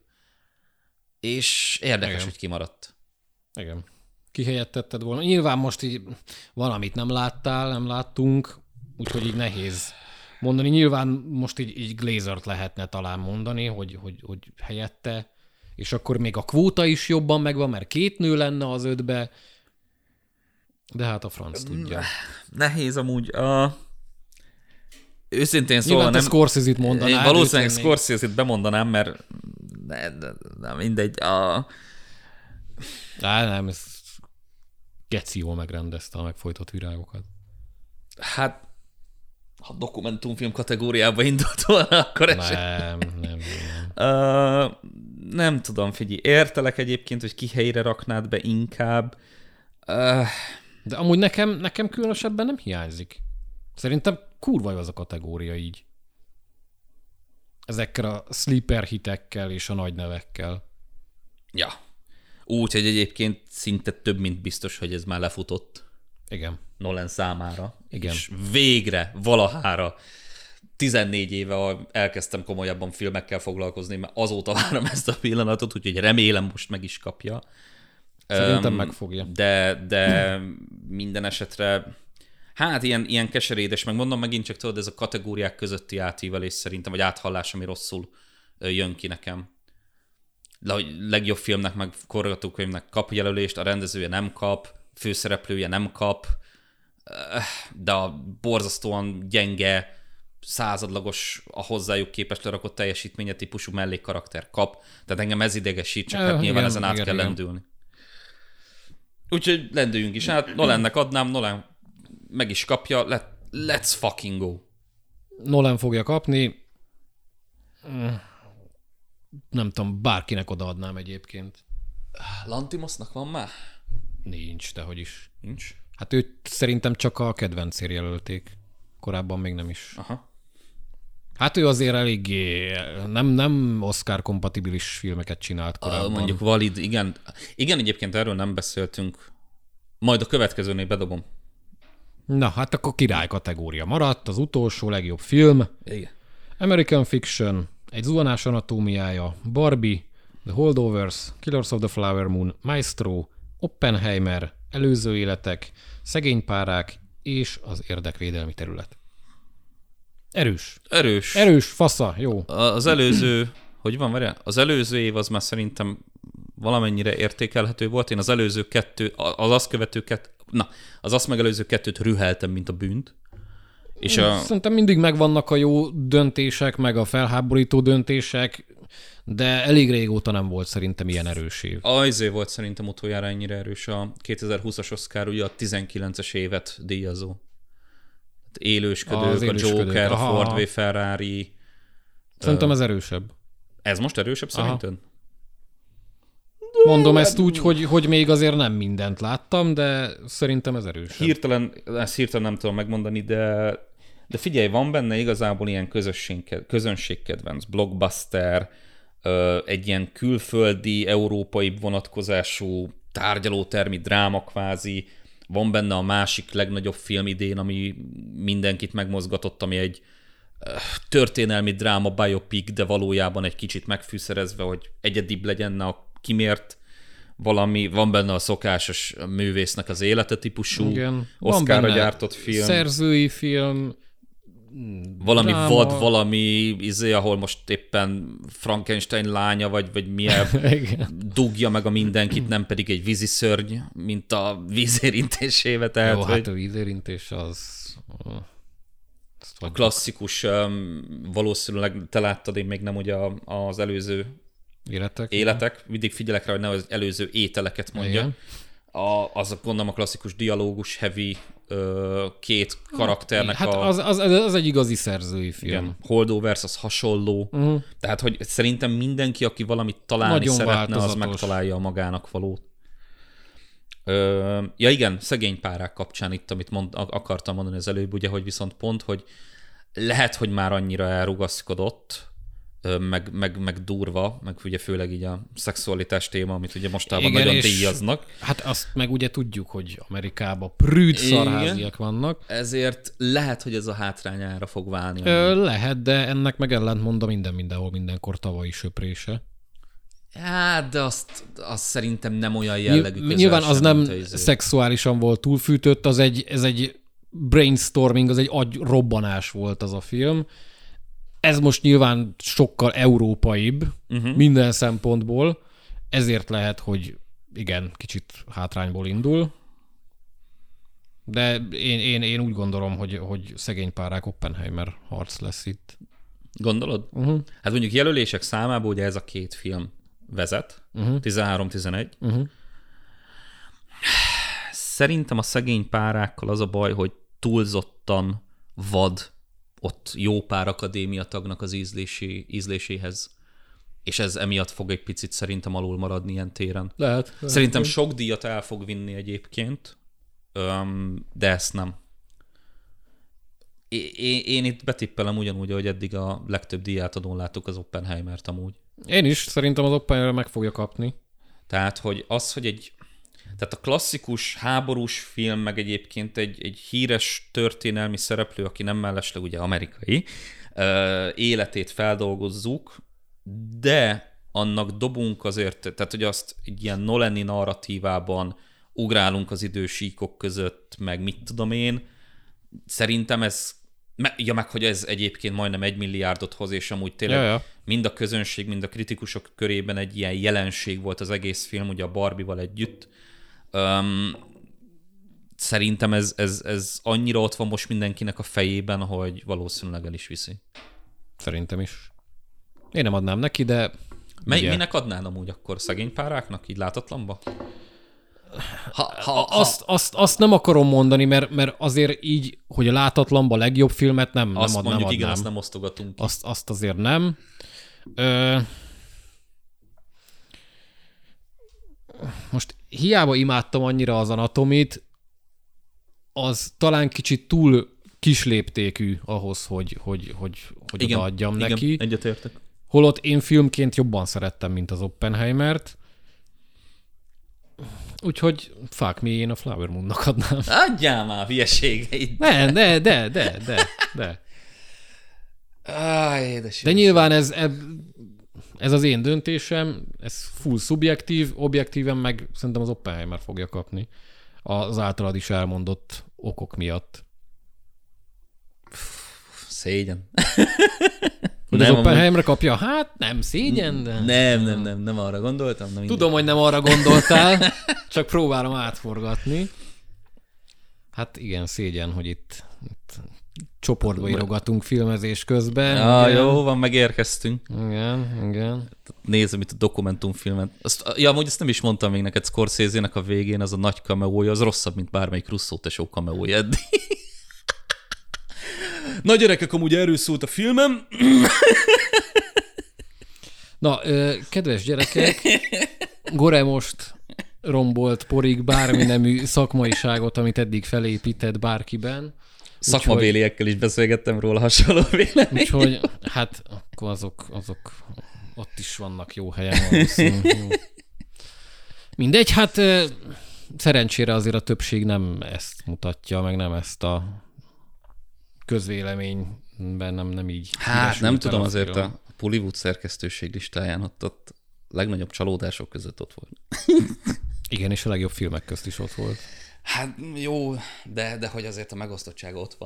És érdekes, Igen. hogy kimaradt. Igen. Ki helyett tetted volna? Nyilván most így valamit nem láttál, nem láttunk, úgyhogy így nehéz mondani. Nyilván most így, így Glazert lehetne talán mondani, hogy, hogy, hogy helyette, és akkor még a kvóta is jobban megvan, mert két nő lenne az ötbe, de hát a franc tudja. Nehéz amúgy. A... Őszintén Nyilván szóval te nem... Scorsese-t mondanád. Én valószínűleg őt Scorsese-t bemondanám, mert ne, ne, ne, mindegy. A... Á, nem, ez geci jól megrendezte a megfojtott virágokat. Hát, ha dokumentumfilm kategóriába indult volna, akkor ez... Nem, nem, nem. Uh, nem tudom, figyelj. Értelek egyébként, hogy ki helyre raknád be inkább. Uh, De amúgy nekem, nekem különösebben nem hiányzik. Szerintem kurva jó az a kategória így. Ezekkel a sleeper hitekkel és a nagy nevekkel. ja. Úgy, hogy egyébként szinte több, mint biztos, hogy ez már lefutott Igen. Nolan számára. Igen. És végre, valahára tizennégy éve ahol elkezdtem komolyabban filmekkel foglalkozni, mert azóta várom ezt a pillanatot, úgyhogy remélem most meg is kapja. Szerintem um, megfogja. De, de minden esetre hát ilyen, ilyen keserédes, meg mondom megint csak tudod, ez a kategóriák közötti átívelés szerintem, vagy áthallás, ami rosszul jön ki nekem. De hogy legjobb filmnek, meg forgatókönyvnek kap jelölést, a rendezője nem kap, főszereplője nem kap, de a borzasztóan gyenge, századlagos, a hozzájuk képest lerakott teljesítménye típusú mellékkarakter kap. Tehát engem ez idegesít, csak hát nyilván ezen át igen, kell igen. lendülni. Úgyhogy lendüljünk is át. Nolannek adnám, Nolan meg is kapja, Let, let's fucking go. Nolan fogja kapni. Nem tudom, bárkinek odaadnám egyébként. Lantimosnak van már? Nincs, dehogy is. Nincs? Hát őt szerintem csak a kedvencért jelölték. Korábban még nem is. Aha. Hát ő azért eléggé nem, nem Oscar-kompatibilis filmeket csinált korábban. Uh, mondjuk valid, igen. Igen, egyébként erről nem beszéltünk. Majd a következőnél bedobom. Na, hát akkor király kategória maradt, az utolsó legjobb film. Igen. American Fiction, Egy zuhanás anatómiája, Barbie, The Holdovers, Killers of the Flower Moon, Maestro, Oppenheimer, Előző életek, Szegény párák és Az érdekvédelmi terület. Erős. Erős. Erős, fasza, jó. Az előző, hogy van, várjál? Az előző év az már szerintem valamennyire értékelhető volt. Én az előző kettő, az azt követő kettő, na, az azt megelőző kettőt rüheltem, mint a bűnt. És a... Szerintem mindig megvannak a jó döntések, meg a felháborító döntések, de elég régóta nem volt szerintem ilyen erős év. Ajzé volt szerintem utoljára ennyire erős a kétezer-húszas Oscar, ugye a tizenkilences évet díjazó. Élősködők, a Joker, a Ford v Ferrari. Szerintem ez erősebb. Ez most erősebb szerinted? Mondom ezt úgy, hogy, hogy még azért nem mindent láttam, de szerintem ez erősebb. Hirtelen, ezt hirtelen nem tudom megmondani, de, de figyelj, van benne igazából ilyen közönségkedvenc, blockbuster, egy ilyen külföldi, európai vonatkozású tárgyalótermi dráma kvázi, van benne a másik legnagyobb film idén, ami mindenkit megmozgatott, ami egy történelmi dráma biopic, de valójában egy kicsit megfűszerezve, hogy egyedibb legyen a kimért valami. Van benne a szokásos művésznek az élete típusú, Oscarra gyártott film. Szerzői film, valami dráma. vad, valami izé, ahol most éppen Frankenstein lánya, vagy, vagy milyen dugja meg a mindenkit, nem pedig egy víziszörny, mint a vízérintésébe. Tehát, Jó, hogy... hát a vízérintés az... A klasszikus, valószínűleg te láttad, én még nem ugye az előző életek, életek. Mindig figyelek rá, hogy ne az előző ételeket mondja. A, az gondolom a klasszikus dialógus heavy két karakternek hát a... az, az, az egy igazi szerzői film. Igen, Holdovers az hasonló. Uh-huh. Tehát, hogy szerintem mindenki, aki valamit találni nagyon szeretne, változatos. Az megtalálja a magának valót. Ö, ja igen, szegény párák kapcsán itt, amit mond, akartam mondani az előbb, ugye, hogy viszont pont, hogy lehet, hogy már annyira elrugaszkodott, meg, meg, meg durva, meg ugye főleg így a szexualitás téma, amit ugye mostában igen, nagyon díjaznak. Hát azt meg ugye tudjuk, hogy Amerikában prűd szarháziak vannak. Ezért lehet, hogy ez a hátrányára fog válni. Ö, lehet, de ennek meg ellentmond a minden mindenhol mindenkor tavalyi söprése. Hát, de azt, azt szerintem nem olyan jellegű közel. Nyilván az sem, nem szexuálisan volt túlfűtött, az egy, ez egy brainstorming, az egy agyrobbanás volt az a film. Ez most nyilván sokkal európaibb uh-huh. minden szempontból, ezért lehet, hogy igen, kicsit hátrányból indul. De én, én, én úgy gondolom, hogy, hogy szegény párák Oppenheimer harc lesz itt. Gondolod? Uh-huh. Hát mondjuk jelölések számában ugye ez a két film vezet, uh-huh. tizenhárom tizenegy. Uh-huh. Szerintem a szegény párákkal az a baj, hogy túlzottan vad ott jó pár akadémia tagnak az ízlési, ízléséhez. És ez emiatt fog egy picit szerintem alul maradni ilyen téren. Lehet. lehet szerintem sok díjat el fog vinni egyébként, de ezt nem. Én, én itt betippelem ugyanúgy, hogy eddig a legtöbb díjátadón láttuk az Oppenheimert amúgy. Én is, szerintem az Oppenheimer meg fogja kapni. Tehát, hogy az, hogy egy tehát a klasszikus háborús film, meg egyébként egy, egy híres történelmi szereplő, aki nem mellesleg ugye amerikai, életét feldolgozzuk, de annak dobunk azért, tehát hogy azt egy ilyen Nolani narratívában ugrálunk az idősíkok között, meg mit tudom én, szerintem ez, ja meg, hogy ez egyébként majdnem egy milliárdot hoz, és amúgy tényleg ja, ja. mind a közönség, mind a kritikusok körében egy ilyen jelenség volt az egész film, ugye a Barbie-val együtt. Um, szerintem ez, ez, ez annyira ott van most mindenkinek a fejében, hogy valószínűleg el is viszi. Szerintem is. Én nem adnám neki, de... Mely, minek adnál amúgy akkor? Szegény páráknak? Így látatlanba? Ha, ha, ha. Azt, azt, azt nem akarom mondani, mert, mert azért így, hogy a látatlanba a legjobb filmet nem, azt nem, ad, mondjuk, nem adnám. Igen, azt nem osztogatunk ki. Azt, azt azért nem. Ö... Most hiába imádtam annyira az Anatomit, az talán kicsit túl kisléptékű ahhoz, hogy, hogy, hogy, hogy igen, odaadjam igen, neki. Egyetértek. Holott én filmként jobban szerettem, mint az Oppenheimert. Úgyhogy fuck me, én a Flower Moon-nak adnám. Adjál már hülyeségeid. Ne, de, de, de, de, de. Áj, édes de nyilván ez, ez az én döntésem, ez full szubjektív, objektíven meg szerintem az Oppenheimer fogja kapni. Az általad is elmondott okok miatt. Szégyen. Hogy nem, az Oppenheimer kapja? Hát nem szégyen, de... Nem, nem, nem, nem arra gondoltam. Nem Tudom, hogy nem arra gondoltál, csak próbálom átforgatni. Hát igen, szégyen, hogy itt, itt csoportba írogatunk filmezés közben. Ja, jó, van, megérkeztünk. Igen, igen. Nézem itt a dokumentumfilmet. Azt, ja, amúgy ezt nem is mondtam még neked, Scorsese-nek a végén az a nagy kameója, az rosszabb, mint bármelyik Russo tesó kameója eddig. Na gyerekek, amúgy erről szólt a filmem. Na, kedves gyerekek, Gore most rombolt porig bármi nemű szakmaiságot, amit eddig felépített bárkiben. Szakmabéliekkel is beszélgettem róla, hasonló vélemény. Úgyhogy, hát akkor azok, azok ott is vannak jó helyen. Valószínű. Mindegy, hát szerencsére azért a többség nem ezt mutatja, meg nem ezt a közvéleményben nem, nem így. Hát nem tudom, a azért a Hollywood szerkesztőség listáján ott, ott legnagyobb csalódások között ott volt. Igen, és a legjobb filmek közt is ott volt. Hát jó, de, de hogy azért a megosztottsága ott van.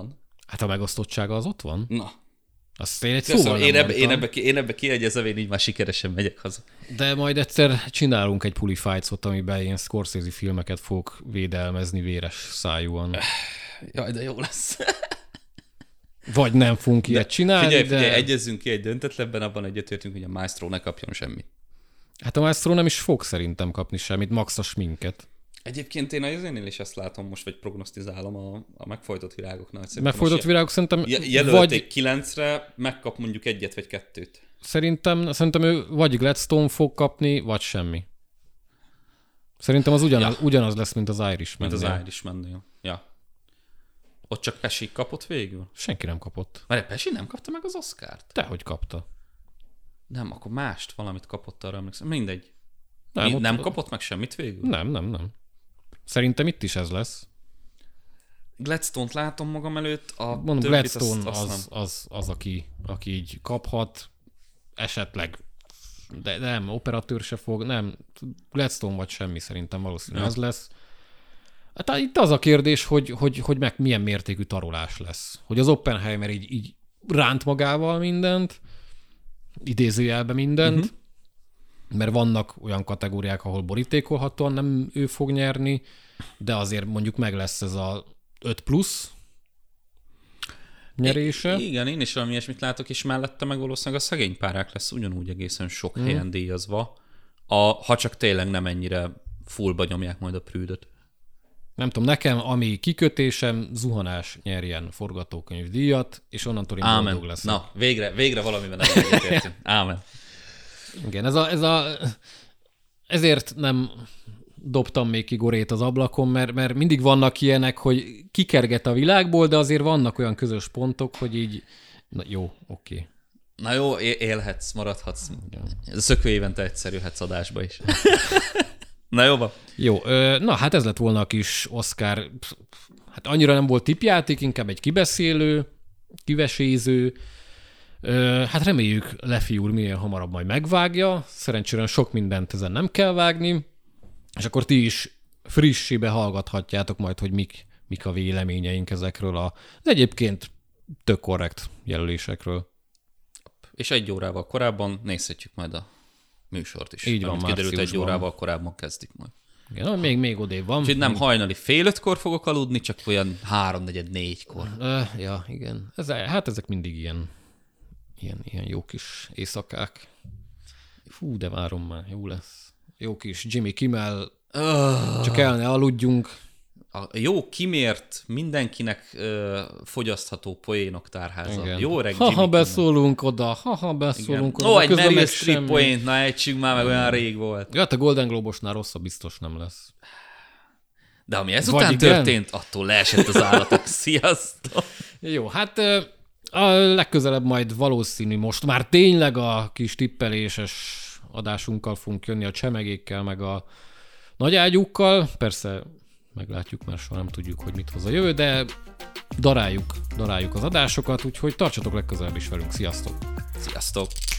Hát a megosztottsága az ott van. Na. Azt én egy Köszönöm, szóval én, nem ebbe, én, mondtam. ebbe, én ebbe kiegyezem, én így már sikeresen megyek haza. De majd egyszer csinálunk egy pulifights-ot, amiben ilyen Scorsese filmeket fogok védelmezni véres szájúan. Jaj, de jó lesz. Vagy nem fogunk ilyet csinálni, Figyelj, de... figyelj, egyezzünk ki egy döntetlenben, abban egyetértünk, hogy a Maestro ne kapjon semmit. Hát a Maestro nem is fog szerintem kapni semmit, max a sminket. Egyébként én az énél is ezt látom most, vagy prognosztizálom a, a megfojtott virágoknál. Megfordult virágok szerintem... Jelölték vagy... kilencre, megkap mondjuk egyet vagy kettőt. Szerintem, szerintem ő vagy Gladstone fog kapni, vagy semmi. Szerintem az ugyanaz, ja. ugyanaz lesz, mint az Irishman. Mint az Irishman-nél. Ja. Ott csak Pesci kapott végül? Senki nem kapott. Mert Pesci nem kapta meg az Oscart? Dehogy kapta. Nem, akkor mást, valamit kapott, arra emlékszem. Mindegy. Nem, Mi, ott... nem kapott meg semmit végül? Nem, nem, nem. Szerintem itt is ez lesz. Gladstone-t látom magam előtt, a Mondom, Gladstone azt, azt az, az, az, aki, aki így kaphat, esetleg, de nem, operatőr se fog, nem, Gladstone vagy semmi szerintem valószínűleg ja. ez lesz. Hát itt az a kérdés, hogy, hogy, hogy meg milyen mértékű tarolás lesz. Hogy az Oppenheimer így, így ránt magával mindent, idézőjelbe mindent, uh-huh. mert vannak olyan kategóriák, ahol borítékolhatóan nem ő fog nyerni, de azért mondjuk meg lesz ez a öt plusz nyerése. I- igen, én is valami ilyesmit látok, és mellette meg valószínűleg a szegény párák lesz ugyanúgy egészen sok mm. helyen díjazva, a, ha csak tényleg nem ennyire fullba nyomják majd a Prűdöt. Nem tudom, nekem, ami kikötésem, zuhanás nyerjen forgatókönyv díjat, és onnantól én Ámen. boldog leszek. Na, végre, végre valamiben nem egyetértünk. Ámen. Igen, ez a, ez a, ezért nem dobtam még ki Gorét az ablakon, mert, mert mindig vannak ilyenek, hogy kikerget a világból, de azért vannak olyan közös pontok, hogy így, na jó, oké. Okay. Na jó, élhetsz, maradhatsz. Ja. Szökő évente egyszer jöhetsz adásba is. Na jóba. Jó, na hát ez lett volna a kis Oscar, hát annyira nem volt tippjáték, inkább egy kibeszélő, kiveséző. Hát reméljük Lefi úr minél hamarabb majd megvágja, szerencsére sok mindent ezen nem kell vágni, és akkor ti is frissibe hallgathatjátok majd, hogy mik, mik a véleményeink ezekről az egyébként tök korrekt jelölésekről. És egy órával korábban nézhetjük majd a műsort is. Így van, kiderült, egy órával korábban kezdik majd. Igen, még, még odébb van. Úgyhogy nem hajnali fél ötkor fogok aludni, csak olyan háromnegyed négykor. Uh, ja, igen. Ez, hát ezek mindig ilyen, ilyen, ilyen jó kis éjszakák. Fú, de várom már, jó lesz. Jó kis Jimmy Kimmel, uh, csak el ne aludjunk. A jó kimért, mindenkinek uh, fogyasztható poénok tárháza. Igen. Jó öreg Ha-ha Jimmy beszólunk oda, ha-ha beszólunk igen. oda. Ó, egy Meryl Streep poént, na egysünk már, meg olyan rég volt. Ja, a Golden Globosnál rosszabb biztos nem lesz. De ami ezután történt, attól leesett az állatok. Sziasztok! Jó, hát a legközelebb majd valószínű most már tényleg a kis tippeléses adásunkkal fogunk jönni, a csemegékkel, meg a nagyágyúkkal. Persze meglátjuk, mert soha nem tudjuk, hogy mit hoz a jövő, de daráljuk, daráljuk az adásokat, úgyhogy tartsatok legközelebb is velünk. Sziasztok! Sziasztok!